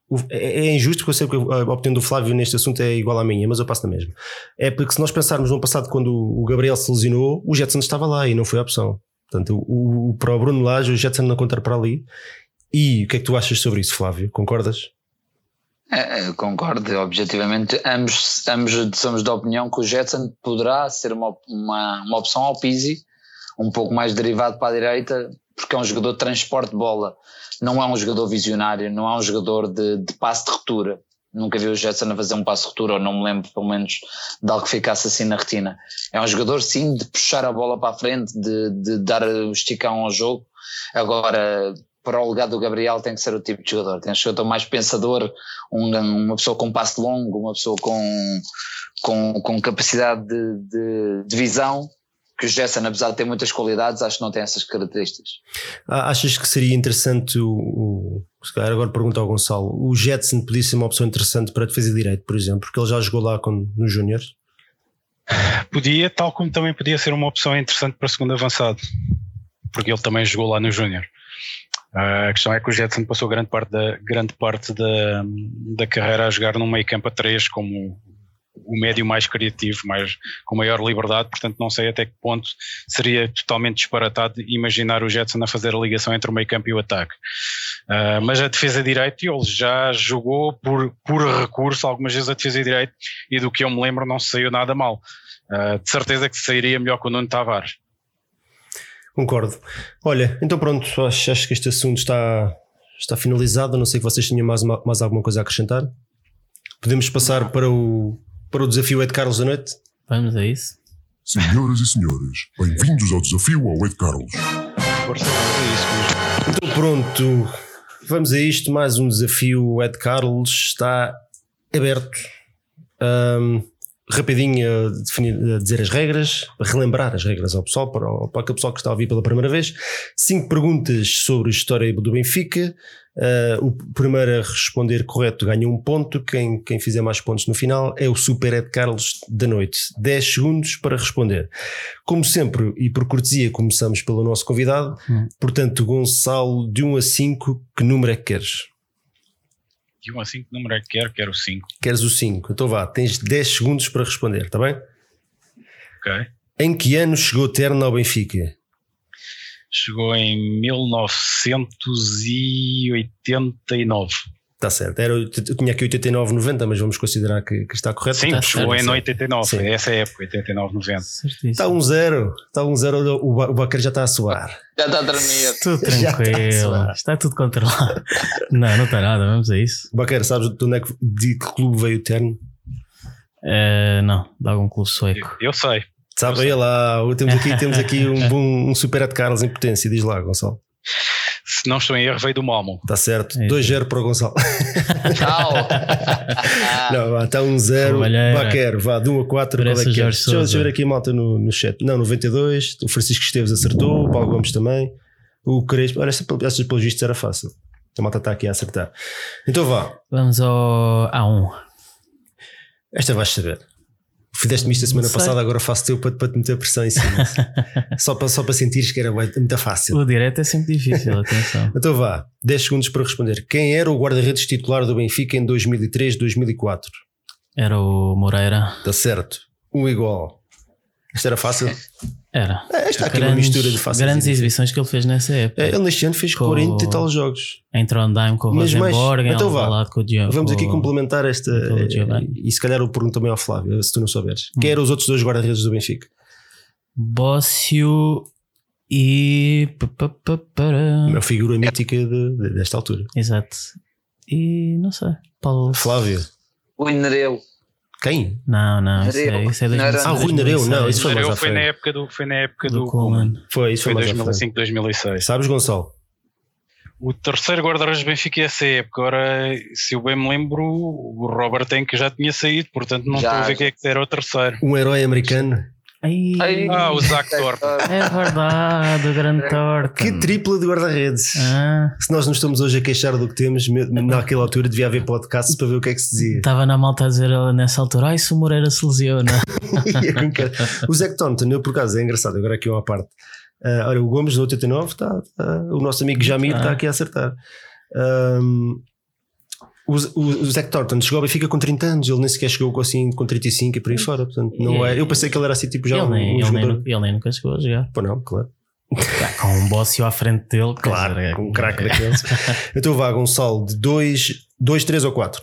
É injusto porque eu sei que a opinião do Flávio neste assunto é igual à minha, mas eu passo na mesma. É porque se nós pensarmos no passado, quando o Gabriel se lesionou, o Jetson estava lá e não foi a opção. Portanto, para o Bruno Lage, o Jetson não conta para ali. E o que é que tu achas sobre isso, Flávio? Concordas? Concordo, objetivamente ambos somos da opinião que o Jetson poderá ser uma opção ao Pizzi, um pouco mais derivado para a direita, porque é um jogador de transporte de bola, não é um jogador visionário, não é um jogador de passe de ruptura. Nunca vi o Jetson a fazer um passe de ruptura, ou não me lembro pelo menos de algo que ficasse assim na retina. É um jogador sim de puxar a bola para a frente, de dar o esticão ao jogo. Agora, para o legado do Gabriel tem que ser o tipo de jogador, tem um jogador mais pensador, uma pessoa com passe longo, uma pessoa com capacidade de visão, que o Jetson, apesar de ter muitas qualidades, acho que não tem essas características. Achas que seria interessante, se calhar agora pergunto ao Gonçalo, o Jetson podia ser uma opção interessante para a defesa de direito, por exemplo, porque ele já jogou lá no Júnior? Podia, tal como também podia ser uma opção interessante para segundo avançado, porque ele também jogou lá no Júnior. A questão é que o Jetson passou grande parte da carreira a jogar num meio campo a 3 como o médio mais criativo, com maior liberdade, portanto não sei até que ponto seria totalmente disparatado imaginar o Jetson a fazer a ligação entre o meio campo e o ataque. Mas a defesa de direito, ele já jogou por recurso algumas vezes a defesa de direito, e do que eu me lembro não se saiu nada mal. De certeza que sairia melhor que o Nuno Tavares. Concordo. Olha, então pronto, acho que este assunto está finalizado. A não sei que vocês tenham mais alguma coisa a acrescentar. Podemos passar para o desafio Ed Carlos da noite? Vamos a isso. Senhoras e senhores, bem-vindos ao desafio ao Ed Carlos. Então pronto, vamos a isto. Mais um desafio. O Ed Carlos está aberto. Rapidinho a dizer as regras, a relembrar as regras ao pessoal, para aquele pessoal que está a ouvir pela primeira vez. 5 perguntas sobre a história do Benfica. O primeiro a responder correto ganha 1 ponto. Quem fizer mais pontos no final é o Super Ed Carlos da noite. 10 segundos para responder. Como sempre, e por cortesia, começamos pelo nosso convidado. Portanto, Gonçalo, de 1 a 5, que número é que queres? De 1 a 5, que número é que quero o 5. Queres o 5? Então vá, tens 10 segundos para responder, está bem? Ok. Em que ano chegou Terno ao Benfica? Chegou em 1989. Está certo. Eu tinha aqui 89, 90, mas vamos considerar que está correto. Sim, chegou em 89. Sim. Essa é a época, 89, 90. Está 1-0. Está 1-0. O Baqueiro já está a suar. Já está a dormir. Tudo tranquilo. Está tudo controlado. Não está nada. Vamos a isso. Baqueiro, sabes de que clube veio o Terno? Não, de algum clube sueco. Eu sei. Sabe aí lá. Temos aqui um Super Ed Carlos em potência. Diz lá, Gonçalo. Se não estou em erro, veio do Malmo. Está certo. 2-0 para o Gonçalo. Tchau. Não, está 1-0. Baqueiro, vá, de 1 a 4. Qual é que é? Deixa eu ver aqui a malta no chat. Não, 92. O Francisco Esteves acertou. O Paulo Gomes também. O Crespo. Olha, estas pelos vistos era fácil. A malta está aqui a acertar. Então vá. Vamos ao A1. Esta vais saber. Fizeste-me isto a semana Não sei. passada, agora faço teu para te meter pressão em cima. só para sentires que era muito fácil. O direto é sempre difícil, atenção. Então vá, 10 segundos para responder. Quem era o guarda-redes titular do Benfica em 2003, 2004? Era o Moreira. Está certo. Um igual. Isto era fácil? Era. Esta aqui é uma mistura de fácil. Grandes exibições que ele fez nessa época. Ele neste ano fez Com- 40 e tal jogos. Em Trondheim com o Mas mais- Rosenborg, então em vá. Alvalade com o Diogo. Vamos aqui complementar esta. com o Giovanni. E se calhar eu pergunto também ao Flávio, se tu não souberes. Quem eram os outros dois guarda-redes do Benfica? Bócio e... Uma figura mítica desta altura. Exato. E não sei. Paulo... Flávio. O Inereu. Quem? Não, isso Nereu. é Não era- 2005, Rui Nereu, não, 2006. isso foi mais à Foi na frente. época do do Koeman. Foi, isso Foi foi mais à frente. 2005, 2006. Sabes, Gonçalo? O terceiro guarda-redes do Benfica essa época. Agora, se eu bem me lembro, o Robert Henke já tinha saído, portanto não Já, estou a ver já. quem é que era o terceiro. Um herói americano. Ai, O Zach Thorpe. é verdade, o grande torta. Que tripla de guarda-redes. Ah, Se nós não estamos hoje a queixar do que temos, naquela altura devia haver podcast para ver o que é que se dizia. estava na malta a dizer nessa altura, ai se o Moreira se lesiona. O Zach Thornton, eu por acaso, é engraçado, agora aqui uma parte. Olha, o Gomes do 89 o nosso amigo Jamir está aqui a acertar. O Zach Thornton chegou ao Benfica com 30 anos, ele nem sequer chegou assim com 35 e por aí fora. Portanto, não é. Eu pensei que ele era assim, tipo, já um jogador. Ele nem nunca chegou a jogar. Pô, não, claro. Com um Bócio à frente dele. quer Claro, dizer, com um craque daqueles. Então vá, Gonçalo, de 2, 3 ou 4?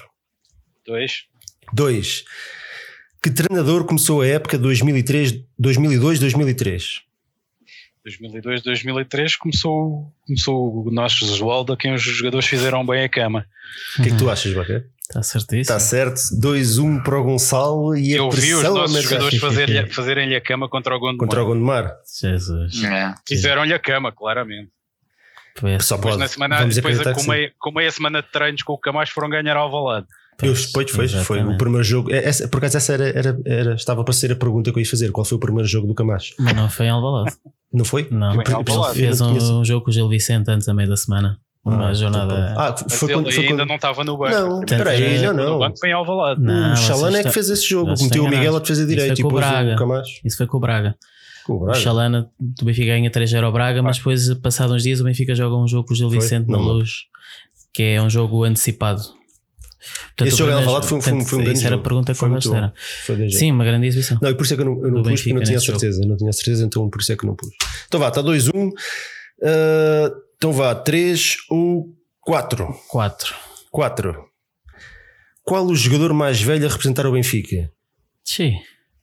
2. Que treinador começou a época 2002, 2003? 2002, 2003 começou o nosso Josualdo, a quem os jogadores fizeram bem a cama. O que é que tu achas, Baquer? Está certíssimo. Está certo, 2-1 para o Gonçalo e Eu a vi os pressão nossos aumenta. jogadores fazerem-lhe a cama contra o Gondomar. Contra o Gondomar. Jesus. É. Fizeram-lhe a cama, claramente. Só Depois, pode. na semana, Vamos depois acreditar que sim. com meia semana de treinos com o Camacho foram ganhar ao Alvalade. Depois foi o primeiro jogo. Por acaso essa estava para ser a pergunta que eu ia fazer. Qual foi o primeiro jogo do Camacho? Mas não foi em Alvalade. Não foi? Não, Foi em Alvalade. ele fez um jogo com o Gil Vicente antes a meio da semana. Uma jornada. Mas foi ele quando, ainda não estava no banco. Não, Portanto, espera aí, No não. banco foi em Alvalade. Não, O Chalana vocês é que fez esse jogo. vocês Meteu o estão Miguel a enganados. defesa direita Isso e foi com o depois o Braga. Camacho. Isso foi com o Braga. Com o O Braga. Chalana do Benfica ganha 3-0 ao Braga, mas depois, passados uns dias, o Benfica joga um jogo com o Gil Foi? Vicente na Não. Luz, que é um jogo antecipado. Portanto, Esse o jogo em primeiro- Alvalade foi um portanto, grande isso era a jogo. pergunta que Foi eu muito era. bom. Foi bem Sim, uma grande exibição. Não, e por isso é que eu não Do pus, porque Benfica não tinha nesse certeza. Não tinha certeza, então por isso é que não pus. Então vá, está 2-1. Então vá, 3 ou 4? 4. 4. Qual o jogador mais velho a representar o Benfica? Sim.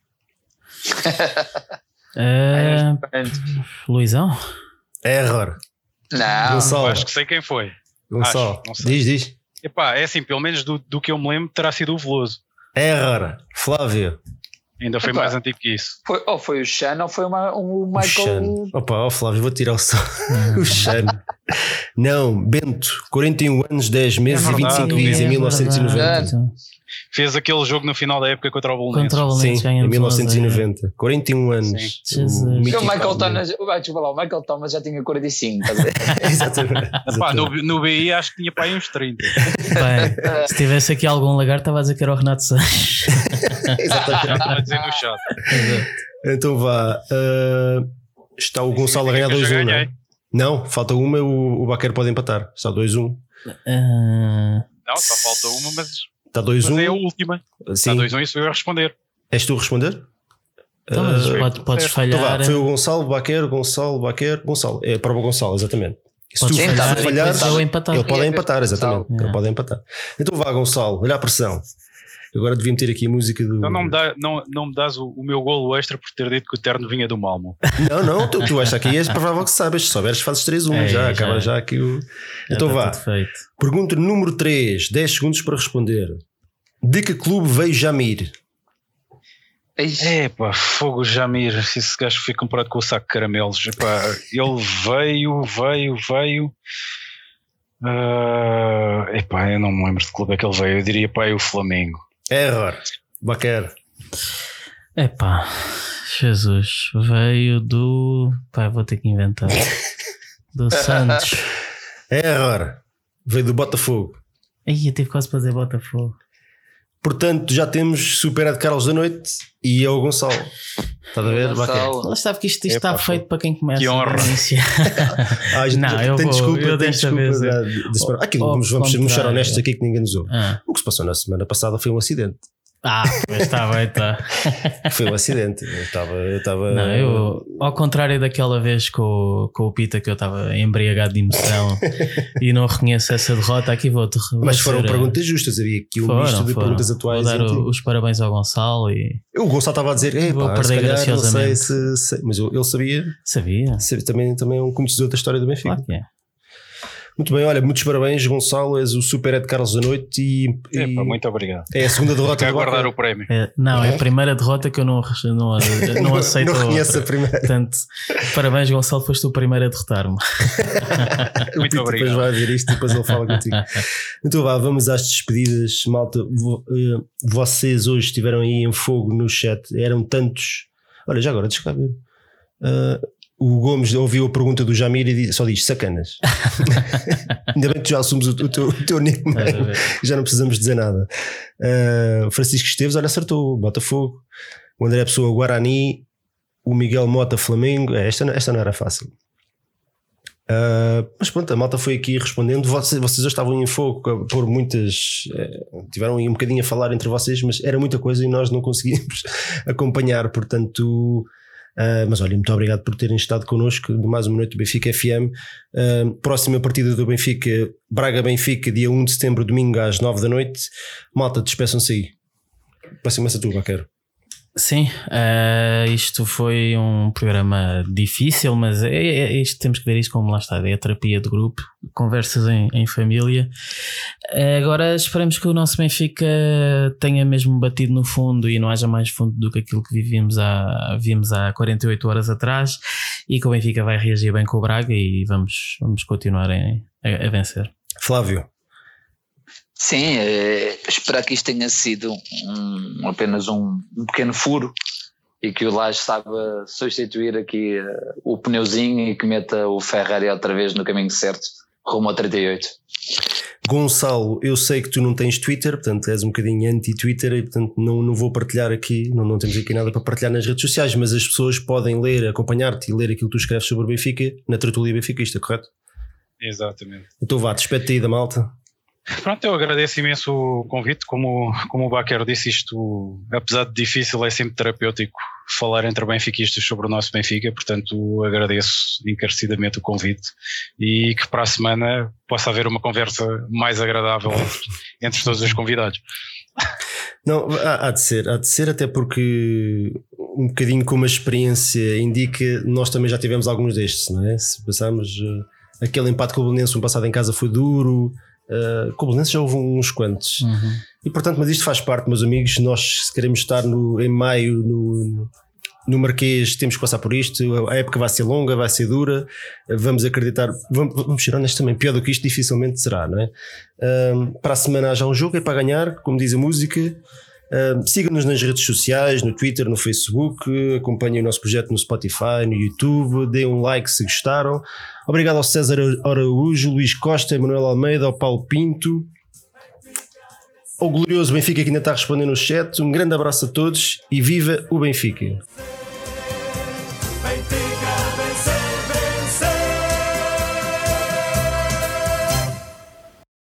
Luizão? Error. Não. Gonçalo. Acho que sei quem foi. Gonçalo. Acho, não sei. Diz. Epá, é assim, pelo menos do que eu me lembro, terá sido o Veloso. Error. Flávio. Ainda foi Epá. mais antigo que isso. Ou foi o Chan ou foi o O Michael. Chan. Opa, Flávio, vou tirar o som. O Chan. Não, Bento, 41 anos, 10 meses É e 25 verdade, dias, em 1990. Fez aquele jogo no final da época contra o Bolonenses. Contra o Sim, Bolonenses em ganhamos 1990. 41 anos. Sim. Jesus. O O mítico Michael Fábio. Thomas, desculpa lá, o Michael Thomas já tinha 45, estás a ver? Exatamente. Epá, no BI acho que tinha para aí uns 30. Bem, se tivesse aqui algum lagarto, estava a dizer que era o Renato Sanches. Já Exatamente. estava a dizer no chat. Então vá. Está o Gonçalo a ganhar Eu já 2-1, não ganhei. é? Não, falta uma e o Baquer pode empatar. Está 2-1. Não, só falta uma, mas Está é a 2-1. última. Sim. Está 2-1 e sou eu a responder. És tu a responder? Então, mas podes Então falhar. vá, foi o Gonçalo, Baquer, Gonçalo. É para o Gonçalo, exatamente. Se Podes tu falhar e falhares, depois eu empatar. ele pode empatar, exatamente. Yeah. Ele pode empatar. Então vá, Gonçalo, olha a pressão. Agora devia meter aqui a música do. Então não me dás o meu golo extra por ter dito que o terno vinha do Malmo. Não, tu achas que aí é provável que sabes. Se souberes, fazes 3-1. É, já já. acaba já aqui o. Então está vá. tudo feito. Pergunta número 3, 10 segundos para responder. De que clube veio Jamir? É pá, fogo Jamir. Esse gajo foi comprado com o saco de caramelos. Epá, ele veio. Epá, eu não me lembro de que clube é que ele veio. Eu diria pá, é o Flamengo. Error. Baquer. Epá, Jesus, veio do. Pá, vou ter que inventar. Do Santos. Error. Veio do Botafogo. Ai, eu tive quase para dizer Botafogo. Portanto, já temos Super de Carlos da Noite e eu, Gonçalo. Estás a ver? Gonçalo. Ela sabe que isto está feito para quem começa. Que honra. Não, eu vou. Eu desta vez. Vamos ser honestos aqui que ninguém nos ouve. O que se passou na semana passada foi um acidente. Pois está bem, está. Foi um acidente. Eu estava. Não, ao contrário daquela vez com o Pita, que eu estava embriagado de emoção e não reconheço essa derrota, aqui vou-te. Mas foram perguntas justas, havia aqui um misto de perguntas atuais. Vou dar os parabéns ao Gonçalo. O Gonçalo estava a dizer: vou perder graciosamente. Não sei se. Mas ele sabia. Sabia. Também é um conhecedor da história do Benfica. Claro que é. Muito bem, olha, muitos parabéns, Gonçalo, és o Super de Carlos da Noite e muito obrigado. É a segunda derrota. Quero guardar o prémio. É a primeira derrota que eu não aceito. Não reconheço a primeira. Portanto, parabéns, Gonçalo, foste o primeiro a derrotar-me. Muito obrigado. Depois vai ver isto e depois ele fala contigo. Então vamos às despedidas, malta. Vocês hoje estiveram aí em fogo no chat, eram tantos. Olha, já agora, deixa cá ver. O Gomes ouviu a pergunta do Jamir e só diz sacanas. Ainda bem que já assumimos o teu nickname, já não precisamos dizer nada. Francisco Esteves, olha, acertou Botafogo. O André Pessoa, Guarani. O Miguel Mota, Flamengo. Esta não era fácil. Mas pronto, a malta foi aqui respondendo. Vocês hoje estavam em fogo por muitas. Tiveram aí um bocadinho a falar entre vocês, mas era muita coisa e nós não conseguimos acompanhar, portanto. Mas olha, muito obrigado por terem estado connosco de mais uma noite do Benfica FM. Próxima partida do Benfica, Braga-Benfica, dia 1 de setembro, domingo às 9 da noite. Malta, despeçam-se aí. Próxima-se a tu, Baqueiro. Sim, isto foi um programa difícil, mas isto, temos que ver isto como lá está, é a terapia de grupo, conversas em família. Agora esperemos que o nosso Benfica tenha mesmo batido no fundo e não haja mais fundo do que aquilo que vimos há 48 horas atrás, e que o Benfica vai reagir bem com o Braga e vamos continuar a vencer. Flávio. Sim, esperar que isto tenha sido apenas um pequeno furo e que o Lage saiba substituir aqui o pneuzinho e que meta o Ferrari outra vez no caminho certo, rumo ao 38. Gonçalo, eu sei que tu não tens Twitter, portanto és um bocadinho anti-Twitter e portanto não vou partilhar aqui, não temos aqui nada para partilhar nas redes sociais, mas as pessoas podem ler, acompanhar-te e ler aquilo que tu escreves sobre o Benfica na tertulia benfiquista, correto? Exatamente. Então vá, despede-te aí da malta. Pronto, eu agradeço imenso o convite. Como o Baquer disse, isto, apesar de difícil, é sempre terapêutico falar entre benfiquistas sobre o nosso Benfica, portanto agradeço encarecidamente o convite e que para a semana possa haver uma conversa mais agradável entre todos os convidados. Não, há de ser, até porque um bocadinho como a experiência indica, nós também já tivemos alguns destes, não é? Se pensarmos, aquele empate com o Belenenses no passado em casa foi duro. Com o Belenenses já houve uns quantos. E portanto, mas isto faz parte, meus amigos. Nós, se queremos estar em maio no Marquês, temos que passar por isto. A época vai ser longa, vai ser dura. Vamos acreditar, vamos ser honestos também, pior do que isto dificilmente será, não é? Para a semana já um jogo, é para ganhar, como diz a música. Sigam-nos nas redes sociais, no Twitter, no Facebook, acompanhem o nosso projeto no Spotify, no YouTube, deem um like se gostaram. Obrigado ao César Araújo, Luís Costa, Emanuel Almeida, ao Paulo Pinto, ao glorioso Benfica que ainda está respondendo no chat. Um grande abraço a todos e viva o Benfica!